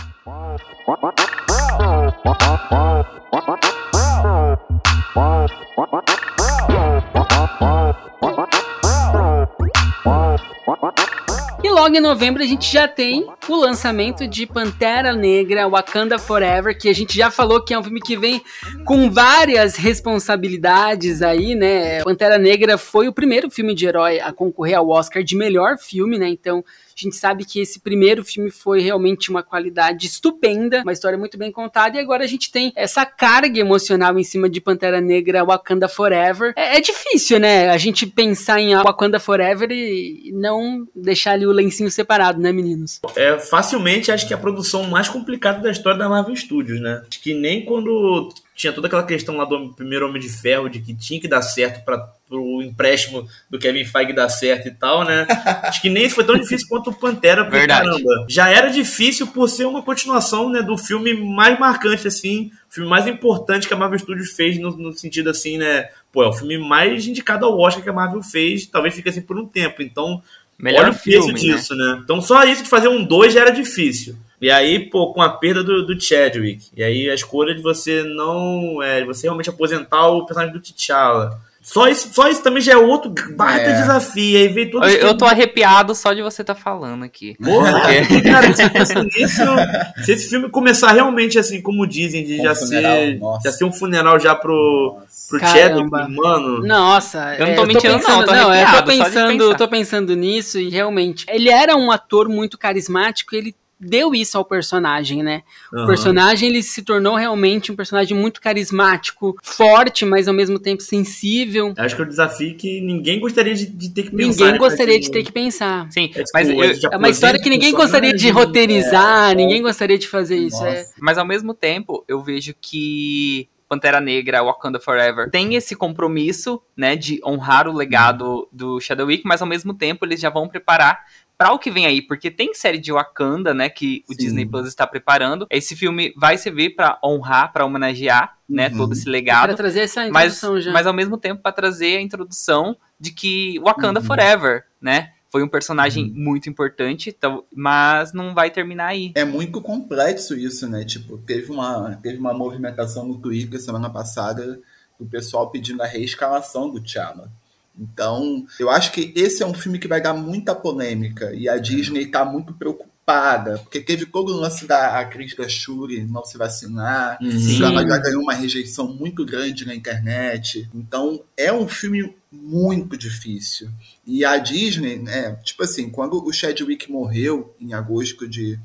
E logo em novembro a gente já tem o lançamento de Pantera Negra Wakanda Forever, que a gente já falou que é um filme que vem com várias responsabilidades aí, né? Pantera Negra foi o primeiro filme de herói a concorrer ao Oscar de melhor filme, né? Então a gente sabe que esse primeiro filme foi realmente uma qualidade estupenda, uma história muito bem contada, e agora a gente tem essa carga emocional em cima de Pantera Negra Wakanda Forever. É difícil, né? A gente pensar em Wakanda Forever e não deixar ali o lencinho separado, né, meninos? Facilmente acho que é a produção mais complicada da história da Marvel Studios, né? Acho que nem quando tinha toda aquela questão lá do primeiro Homem de Ferro, de que tinha que dar certo para o empréstimo do Kevin Feige dar certo e tal, né? Acho que nem isso foi tão difícil quanto o Pantera, porque, caramba, já era difícil por ser uma continuação, né, do filme mais marcante, assim, o filme mais importante que a Marvel Studios fez no sentido, assim, né? Pô, é o filme mais indicado ao Oscar que a Marvel fez, talvez fique assim por um tempo, então... Melhor olha o peso disso, né? Então só isso de fazer um 2 já era difícil. E aí, pô, com a perda do Chadwick, e aí a escolha de você não... de você realmente aposentar o personagem do T'Challa, Só isso também já é outro baita desafio. Aí vem todo eu tô arrepiado só de você estar falando aqui. Porra, cara, se esse filme começar realmente assim, como dizem, de já ser um funeral já pro Chadwick, mano. Nossa, eu não tô mentindo, eu tô pensando nisso e realmente, ele era um ator muito carismático, ele deu isso ao personagem, né? O personagem, ele se tornou realmente um personagem muito carismático, forte, mas ao mesmo tempo sensível. Acho que é um desafio que ninguém gostaria de ter que pensar. Ninguém gostaria de ter que pensar. Sim, mas é uma história que ninguém gostaria de roteirizar, ninguém gostaria de fazer isso. Mas ao mesmo tempo, eu vejo que Pantera Negra, Wakanda Forever, tem esse compromisso, né, de honrar o legado do Chadwick, mas ao mesmo tempo eles já vão preparar para o que vem aí, porque tem série de Wakanda, né, que o Disney Plus está preparando. Esse filme vai servir para honrar, para homenagear, né, todo esse legado. Para trazer essa introdução mas ao mesmo tempo para trazer a introdução de que Wakanda Forever, né, foi um personagem muito importante, então, mas não vai terminar aí. É muito complexo isso, né? Tipo, teve uma movimentação no Twitter semana passada do pessoal pedindo a reescalação do T'Challa. Então, eu acho que esse é um filme que vai dar muita polêmica e a Disney tá muito preocupada, porque teve todo o lance da atriz da Shuri não se vacinar, ela já ganhou uma rejeição muito grande na internet. Então, é um filme muito difícil. E a Disney, né, tipo assim, quando o Chadwick morreu em agosto de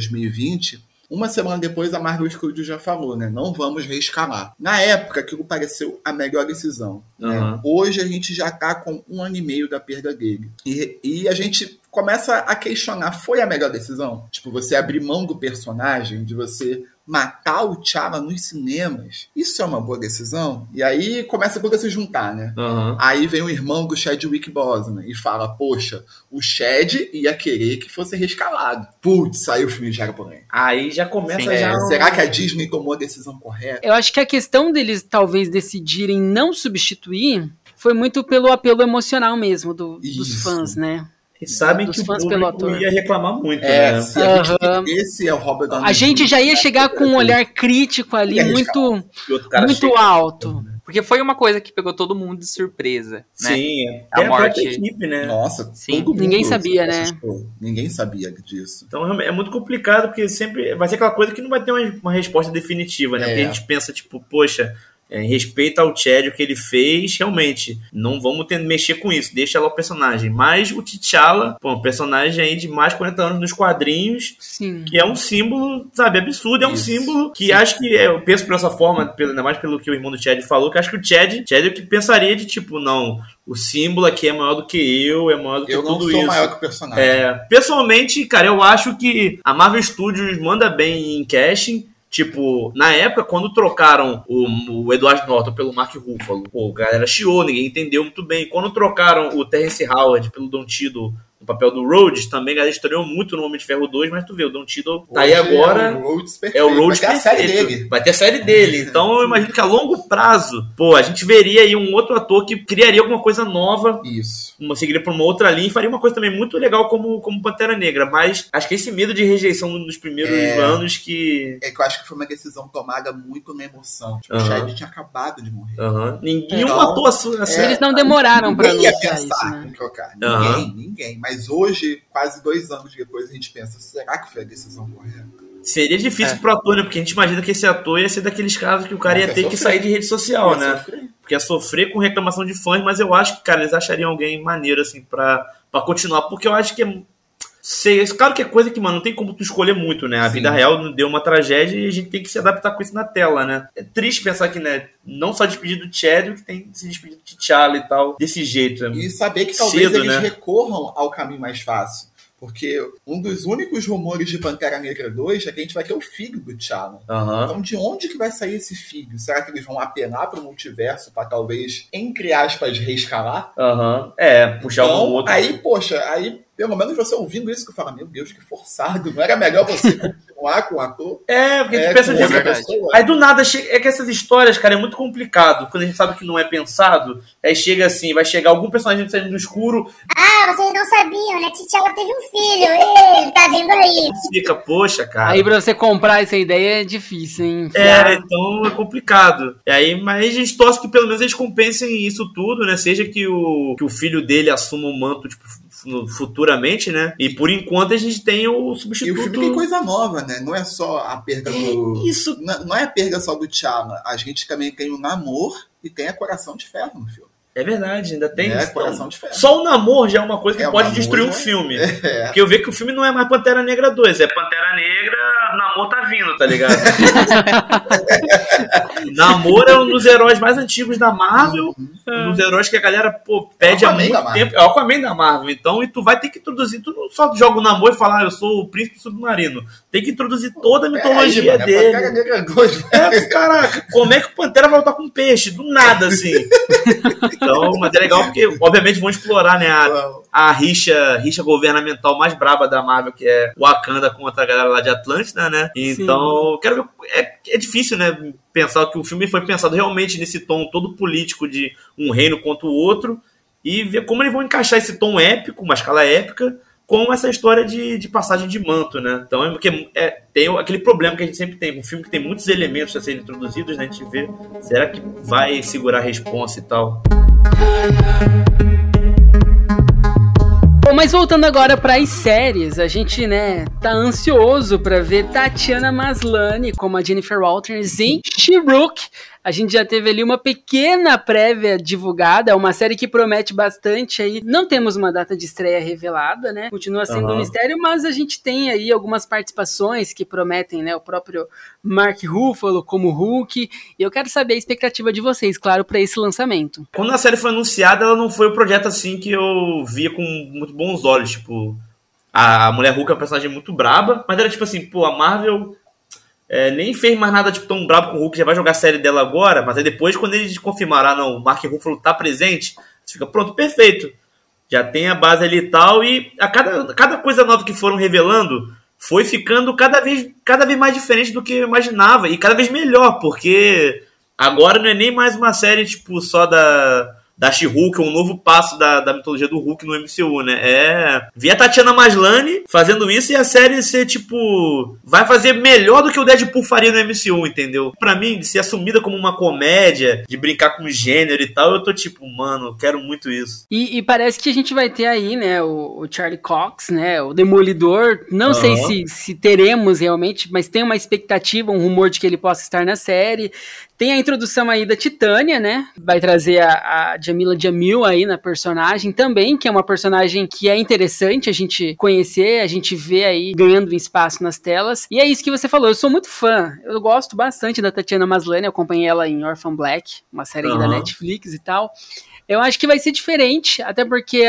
2020, uma semana depois a Marvel Studios já falou, né, não vamos reescalar. Na época, aquilo pareceu a melhor decisão. Né? Hoje a gente já tá com 1 ano e meio da perda dele. E a gente começa a questionar, foi a melhor decisão? Tipo, você abrir mão do personagem, de você matar o T'Challa nos cinemas, isso é uma boa decisão? E aí começa tudo a se juntar, né? Aí vem o irmão do Chadwick Boseman e fala, poxa, o Chad ia querer que fosse rescalado. Putz, aí o filme já era polêmico. Aí já começa Será que a Disney tomou a decisão correta? Eu acho que a questão deles talvez decidirem não substituir foi muito pelo apelo emocional mesmo dos fãs, né? E sabem que o público ia reclamar muito, né? Esse é o Robert Downey. A gente já ia chegar com um olhar crítico ali muito alto. Porque foi uma coisa que pegou todo mundo de surpresa, né? Sim, a morte. Equipe, né? Nossa, todo ninguém sabia, né? Ninguém sabia disso. Então é muito complicado, porque sempre vai ser aquela coisa que não vai ter uma resposta definitiva, né? Porque a gente pensa, tipo, poxa, em respeito ao Chad, o que ele fez, realmente, não vamos mexer com isso, deixa lá o personagem. Mas o T'Challa, um personagem aí de mais de 40 anos nos quadrinhos, que é um símbolo, sabe, absurdo, é um símbolo que acho que, eu penso por essa forma, ainda mais pelo que o irmão do Chad falou, que acho que o Chad é o que pensaria de tipo, não, o símbolo aqui é maior do que eu, é maior do que tudo isso. Eu não sou maior que o personagem. Pessoalmente, cara, eu acho que a Marvel Studios manda bem em casting. Tipo, na época, quando trocaram o Edward Norton pelo Mark Ruffalo, a galera chiou, ninguém entendeu muito bem. Quando trocaram o Terrence Howard pelo Don Cheadle no papel do Rhodes, também a galera estreou muito no Homem de Ferro 2, mas tu vê, o Don Cheadle tá aí agora. É o Rhodes perfeito. Vai ter a série dele. Então eu imagino que a longo prazo, a gente veria aí um outro ator que criaria alguma coisa nova. Isso. Seguiria por uma outra linha e faria uma coisa também muito legal como Pantera Negra. Mas acho que esse medo de rejeição nos primeiros anos que... É que eu acho que foi uma decisão tomada muito na emoção. Tipo, o Chad tinha acabado de morrer. Ninguém matou assim. Eles não demoraram pra anunciar isso, né? Ninguém. Mas hoje, quase 2 anos depois, a gente pensa, será que foi a decisão correta? Seria difícil pro ator, né? Porque a gente imagina que esse ator ia ser daqueles casos que o cara ia ter que sair de rede social, né? Porque ia sofrer com reclamação de fãs, mas eu acho que, cara, eles achariam alguém maneiro, assim, pra continuar. Porque eu acho que claro que é coisa que, mano, não tem como tu escolher muito, né? A vida real deu uma tragédia e a gente tem que se adaptar com isso na tela, né? É triste pensar que, né, não só despedir do Chad, que tem que se despedir do T'Challa e tal, desse jeito. E saber que talvez eles recorram ao caminho mais fácil. Porque um dos únicos rumores de Pantera Negra 2 é que a gente vai ter o filho do T'Challa. Então, de onde que vai sair esse filho? Será que eles vão apelar pro multiverso pra talvez, entre aspas, reescalar? Puxar algum outro. Aí, poxa, pelo menos você ouvindo isso que eu falo, meu Deus, que forçado. Não era melhor você continuar continuar com o ator. Porque a gente pensa nisso. Aí do nada, é que essas histórias, cara, é muito complicado. Quando a gente sabe que não é pensado, aí chega assim, vai chegar algum personagem saindo do escuro. Vocês não sabiam, né? T'Challa teve um filho, ele tá vindo aí. Fica, poxa, cara. Aí pra você comprar essa ideia é difícil, hein? Então é complicado. E aí, mas a gente torce que pelo menos eles compensem isso tudo, né? Seja que o filho dele assuma o manto, tipo, futuramente, né? E por enquanto a gente tem o substituto. E o filme tem coisa nova, né? Não é só a perda do... Isso. Não é a perda só do T'Challa. A gente também tem o Namor e tem a Coração de Ferro no filme. É verdade, ainda tem isso. Coração de Ferro. Só o Namor já é uma coisa que pode destruir um filme. Porque eu vejo que o filme não é mais Pantera Negra 2, é Pantera Negra, Namor tá vindo, tá ligado? Namor é um dos heróis mais antigos da Marvel, um dos heróis que a galera pede há muito tempo. É o Aquaman da Marvel, então, e tu vai ter que introduzir, tu não só joga o Namor e fala, eu sou o príncipe submarino. Tem que introduzir toda a mitologia dele. Pantera Negra 2. Caraca, como é que o Pantera vai lutar com um peixe? Do nada, assim. Então, mas é legal porque, obviamente, vão explorar, né, a rixa governamental mais braba da Marvel, que é o Wakanda contra a galera lá de Atlântida, né? Então, quero ver. É difícil, né, pensar que o filme foi pensado realmente nesse tom todo político de um reino contra o outro e ver como eles vão encaixar esse tom épico, uma escala épica, com essa história de passagem de manto, né? Então, porque tem aquele problema que a gente sempre tem. Um filme que tem muitos elementos a serem introduzidos, né? A gente vê, será que vai segurar a responsa e tal? Bom, mas voltando agora para as séries, a gente, né, tá ansioso para ver Tatiana Maslany como a Jennifer Walters em She-Hulk. A gente já teve ali uma pequena prévia divulgada, uma série que promete bastante aí. Não temos uma data de estreia revelada, né? Continua sendo um mistério, mas a gente tem aí algumas participações que prometem, né? O próprio Mark Ruffalo como Hulk. E eu quero saber a expectativa de vocês, claro, para esse lançamento. Quando a série foi anunciada, ela não foi um projeto assim que eu via com muito bons olhos. Tipo, a Mulher Hulk é uma personagem muito braba, mas era tipo assim, a Marvel... nem fez mais nada tipo, tão brabo com o Hulk, já vai jogar a série dela agora, mas aí depois, quando eles confirmaram, o Mark Ruffalo tá presente, você fica, pronto, perfeito. Já tem a base ali e tal, e a cada coisa nova que foram revelando, foi ficando cada vez mais diferente do que eu imaginava, e cada vez melhor, porque agora não é nem mais uma série tipo, só da She-Hulk, um novo passo da mitologia do Hulk no MCU, né? Vi a Tatiana Maslany fazendo isso e a série ser, tipo... vai fazer melhor do que o Deadpool faria no MCU, entendeu? Pra mim, de ser assumida como uma comédia, de brincar com gênero e tal, eu tô tipo, mano, quero muito isso. E parece que a gente vai ter aí, né, o Charlie Cox, né, o Demolidor. Não sei se teremos realmente, mas tem uma expectativa, um rumor de que ele possa estar na série. Tem a introdução aí da Titânia, né? Vai trazer a Jamila Jamil aí na personagem também, que é uma personagem que é interessante a gente conhecer, a gente vê aí ganhando espaço nas telas. E é isso que você falou, eu sou muito fã, eu gosto bastante da Tatiana Maslany, eu acompanhei ela em Orphan Black, uma série da Netflix e tal. Eu acho que vai ser diferente, até porque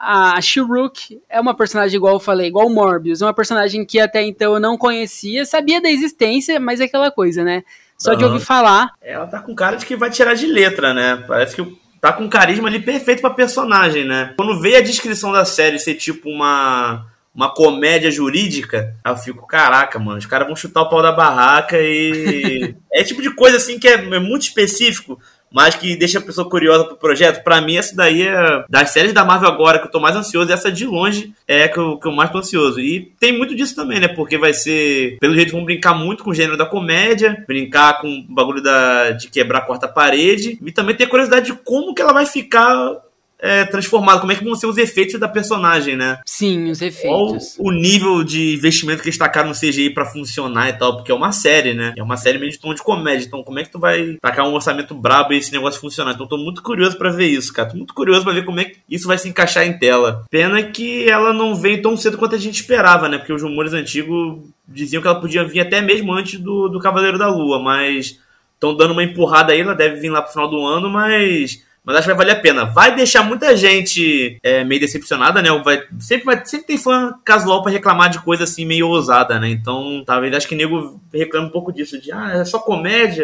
a She-Hulk é uma personagem, igual eu falei, igual o Morbius, uma personagem que até então eu não conhecia, sabia da existência, mas é aquela coisa, né? Só de ouvir falar. Ela tá com cara de que vai tirar de letra, né? Parece que tá com um carisma ali perfeito pra personagem, né? Quando veio a descrição da série ser tipo uma comédia jurídica, eu fico, caraca, mano, os caras vão chutar o pau da barraca e... é tipo de coisa assim que é muito específico, mas que deixa a pessoa curiosa pro projeto. Pra mim, essa daí é das séries da Marvel agora que eu tô mais ansioso, essa de longe é que eu mais tô ansioso. E tem muito disso também, né? Porque vai ser, pelo jeito, vão brincar muito com o gênero da comédia, brincar com o bagulho de quebrar a quarta parede, e também ter curiosidade de como que ela vai ficar transformada, como é que vão ser os efeitos da personagem, né? Sim, os efeitos. Qual o nível de investimento que eles tacaram no CGI pra funcionar e tal, porque é uma série, né? É uma série meio de tom de comédia, então como é que tu vai tacar um orçamento brabo e esse negócio funcionar? Então tô muito curioso pra ver isso, cara. Tô muito curioso pra ver como é que isso vai se encaixar em tela. Pena que ela não veio tão cedo quanto a gente esperava, né? Porque os rumores antigos diziam que ela podia vir até mesmo antes do Cavaleiro da Lua, mas estão dando uma empurrada aí, ela deve vir lá pro final do ano, mas acho que vai valer a pena. Vai deixar muita gente meio decepcionada, né? Sempre tem fã casual pra reclamar de coisa assim meio ousada, né? Então, talvez acho que o nego reclama um pouco disso, de é só comédia.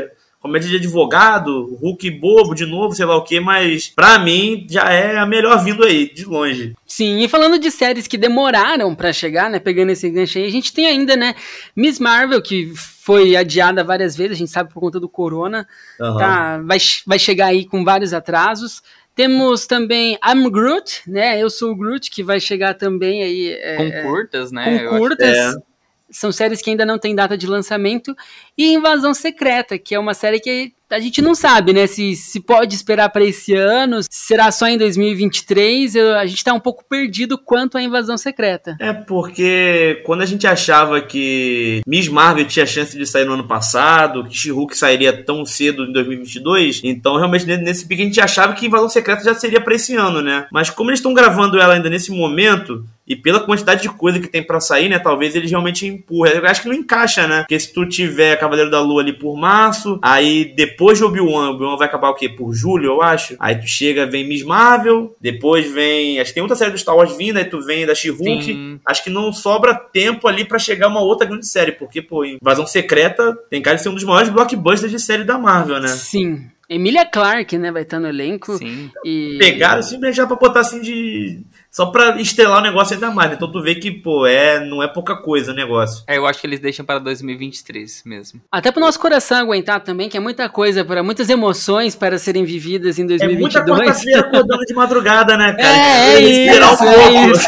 comédia de advogado, Hulk bobo de novo, sei lá o que, mas pra mim já é a melhor vindo aí, de longe. Sim, e falando de séries que demoraram pra chegar, né, pegando esse gancho aí, a gente tem ainda, né, Miss Marvel, que foi adiada várias vezes, a gente sabe por conta do corona, tá, vai chegar aí com vários atrasos. Temos também I'm Groot, né, Eu Sou o Groot, que vai chegar também aí... com curtas, né? Com curtas. São séries que ainda não tem data de lançamento. E Invasão Secreta, que é uma série que a gente não sabe, né? Se pode esperar para esse ano, será só em 2023. A gente tá um pouco perdido quanto à Invasão Secreta. É porque quando a gente achava que Miss Marvel tinha chance de sair no ano passado, que She-Hulk sairia tão cedo em 2022, então realmente nesse pique a gente achava que Invasão Secreta já seria para esse ano, né? Mas como eles estão gravando ela ainda nesse momento... E pela quantidade de coisa que tem pra sair, né? Talvez eles realmente empurrem. Eu acho que não encaixa, né? Porque se tu tiver Cavaleiro da Lua ali por março, aí depois de Obi-Wan vai acabar o quê? Por julho, eu acho. Aí tu chega, vem Miss Marvel, depois vem... Acho que tem outra série do Star Wars vindo, aí tu vem da She-Hulk. Acho que não sobra tempo ali pra chegar uma outra grande série, porque, pô, Invasão Secreta tem cara de ser um dos maiores blockbusters de série da Marvel, né? Sim. Emilia Clarke, né? Vai estar no elenco. Sim. E... Pegaram simplesmente já pra botar assim de... Só pra estelar o negócio ainda mais. Então tu vê que, pô, não é pouca coisa o negócio. Eu acho que eles deixam para 2023 mesmo. Até pro nosso coração aguentar também, que é muita coisa, muitas emoções para serem vividas em 2022. É muita quarta-feira acordando de madrugada, né, cara? É isso.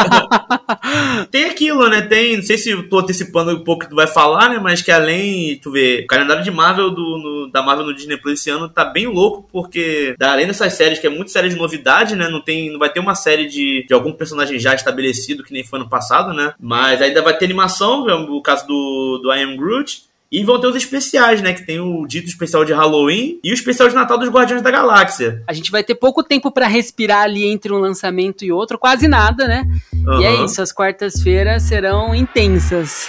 Tem aquilo, né? Não sei se eu tô antecipando um pouco que tu vai falar, né? Mas que além, tu vê, o calendário de Marvel da Marvel no Disney Plus esse ano tá bem louco, porque além dessas séries, que é muito série de novidade, né? Não vai ter uma série de algum personagem já estabelecido, que nem foi ano passado, né? Mas ainda vai ter animação, o caso do I Am Groot. E vão ter os especiais, né? Que tem o dito especial de Halloween e o especial de Natal dos Guardiões da Galáxia. A gente vai ter pouco tempo pra respirar ali entre um lançamento e outro, quase nada, né? E é isso, as quartas-feiras serão intensas.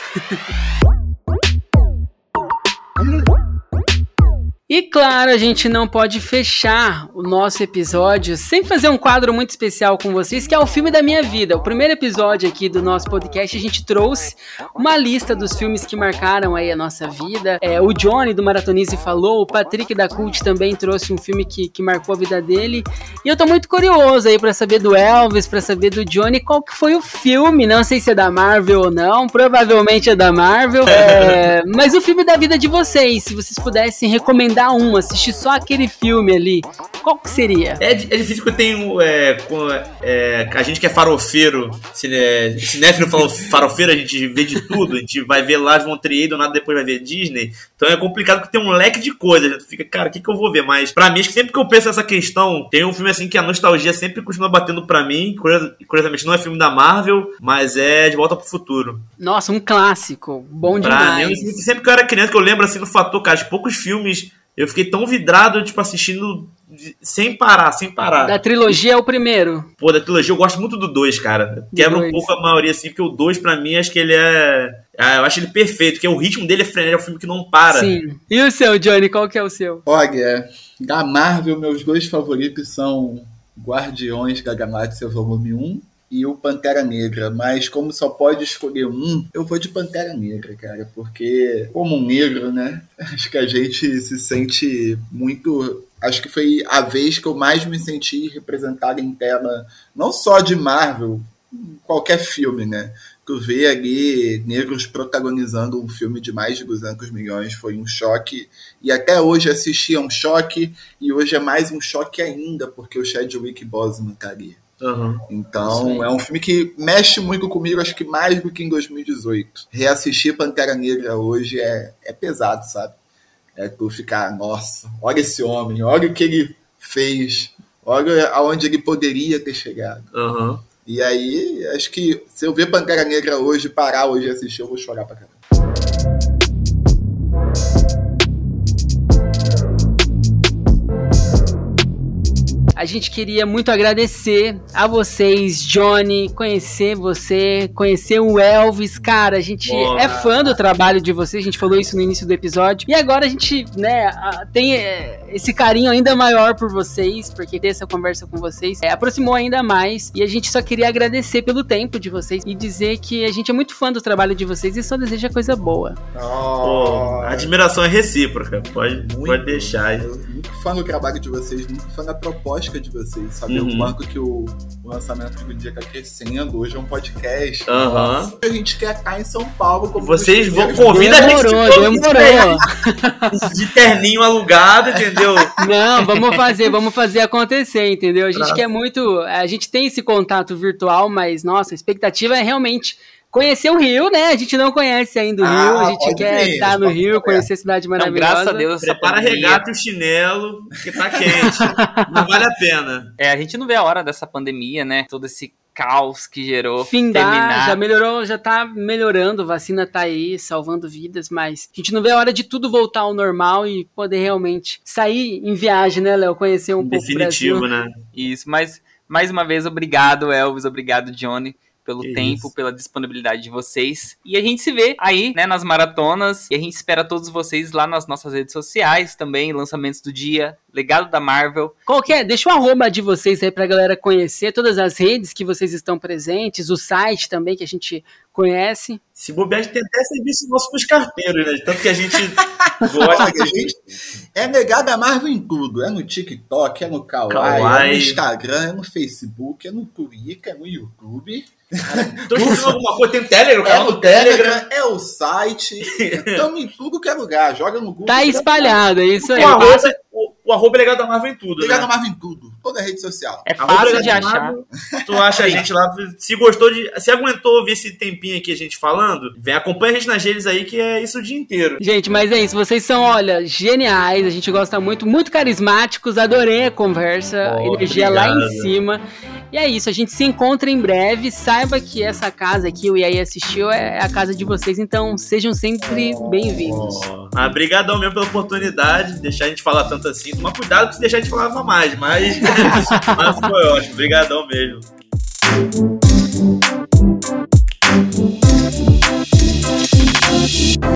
E claro, a gente não pode fechar o nosso episódio sem fazer um quadro muito especial com vocês, que é o filme da minha vida. O primeiro episódio aqui do nosso podcast, a gente trouxe uma lista dos filmes que marcaram aí a nossa vida. O Johnny do Maratonize falou, o Patrick da Cult também trouxe um filme que marcou a vida dele. E eu tô muito curioso aí pra saber do Elvis, pra saber do Johnny, qual que foi o filme. Não sei se é da Marvel ou não, provavelmente é da Marvel. Mas o filme da vida de vocês, se vocês pudessem recomendar assistir só aquele filme ali, qual que seria? É difícil que eu tenho a gente que é farofeiro, cinéfilo farofeiro, a gente vê de tudo, a gente vai ver Lars von Trier, do nada depois vai ver Disney, então é complicado porque tem um leque de coisas, tu fica, cara, o que eu vou ver? Mas pra mim, acho que sempre que eu penso nessa questão, tem um filme assim que a nostalgia sempre continua batendo pra mim, curiosamente não é filme da Marvel, mas é De Volta pro Futuro. Nossa, um clássico, bom pra demais. Mim, sempre que eu era criança, que eu lembro assim do fator, cara, de poucos filmes eu fiquei tão vidrado, tipo, assistindo sem parar. Da trilogia é o primeiro. Pô, da trilogia eu gosto muito do 2, cara. Quebra um pouco a maioria, assim, porque o 2, pra mim, acho que ele eu acho ele perfeito, porque o ritmo dele é frenético, é um filme que não para. Sim. E o seu, Johnny, qual que é o seu? Olha, da Marvel, meus dois favoritos são Guardiões da Galáxia Volume 1 e o Pantera Negra, mas como só pode escolher um, eu vou de Pantera Negra, cara, porque como um negro, né, acho que a gente se sente muito... Acho que foi a vez que eu mais me senti representado em tela, não só de Marvel, qualquer filme, né? Tu vê ali negros protagonizando um filme de mais de 200 milhões, foi um choque, e até hoje assistir é um choque, e hoje é mais um choque ainda, porque o Chadwick Boseman tá ali. Uhum. Então é um filme que mexe muito comigo, acho que mais do que em 2018. Reassistir Pantera Negra hoje é pesado, sabe? É tu ficar, nossa, olha esse homem, olha o que ele fez, olha aonde ele poderia ter chegado. Uhum. E aí, acho que se eu ver Pantera Negra hoje, parar hoje e assistir, eu vou chorar pra caramba. gente queria muito agradecer a vocês, Johnny, conhecer você, conhecer o Elvis. Cara, a gente é fã do trabalho de vocês, a gente falou isso no início do episódio. E agora a gente, né, tem esse carinho ainda maior por vocês, porque ter essa conversa com vocês aproximou ainda mais. E a gente só queria agradecer pelo tempo de vocês e dizer que a gente é muito fã do trabalho de vocês e só deseja coisa boa. A admiração é recíproca, pode deixar. Eu muito fã do trabalho de vocês, muito fã da proposta de vocês, saber o quanto que o lançamento do dia tá crescendo. Hoje é um podcast. Nossa, a gente quer estar em São Paulo. Como vocês vão convidar a gente de terninho alugado, entendeu? Não, vamos fazer acontecer, entendeu? A gente quer muito, a gente tem esse contato virtual, mas nossa, a expectativa é realmente conhecer o Rio, né? A gente não conhece ainda o Rio, a gente quer estar no Rio, conhecer a cidade maravilhosa. Então, graças a Deus, prepara a regata e o chinelo, que tá quente. Não vale a pena. A gente não vê a hora dessa pandemia, né? Todo esse caos que gerou. Findar, já melhorou, já tá melhorando, vacina tá aí, salvando vidas, mas a gente não vê a hora de tudo voltar ao normal e poder realmente sair em viagem, né, Léo? Conhecer um pouco o Brasil. Definitivo, né? Isso, mas mais uma vez, obrigado, Elvis, obrigado, Johnny, pelo tempo, pela disponibilidade de vocês. E a gente se vê aí, né, nas maratonas. E a gente espera todos vocês lá nas nossas redes sociais também, lançamentos do dia, legado da Marvel. Deixa o arroba de vocês aí pra galera conhecer, todas as redes que vocês estão presentes, o site também que a gente conhece. Se bobear, tem até serviço nosso pros carteiros, né? Tanto que a gente gosta. Que a gente é negado a Marvel em tudo. É no TikTok, é no Kawaii, é no Instagram, é no Facebook, é no Twitter, é no YouTube. Tô escrevendo alguma coisa, tem o Telegram, o canal do Telegram, é o site. Estamos em tudo que é lugar. Joga no Google. Tá espalhado, é isso aí. O arroba é Legado da Marvel em tudo, Legado da Marvel em tudo. Toda rede social. É fácil de achar. Tu acha a gente lá. Se gostou se aguentou ouvir esse tempinho aqui a gente falando, acompanha a gente nas redes aí, que é isso o dia inteiro. Gente, mas é isso. Vocês são, olha, geniais. A gente gosta muito, muito carismáticos. Adorei a conversa. Energia obrigado. Lá em cima. E é isso, a gente se encontra em breve. Saiba que essa casa aqui, o IAI Assistiu, é a casa de vocês, então sejam sempre bem-vindos. Obrigadão mesmo pela oportunidade de deixar a gente falar tanto assim. Toma cuidado que se deixar a gente falava mais, mas foi ótimo. Obrigadão mesmo.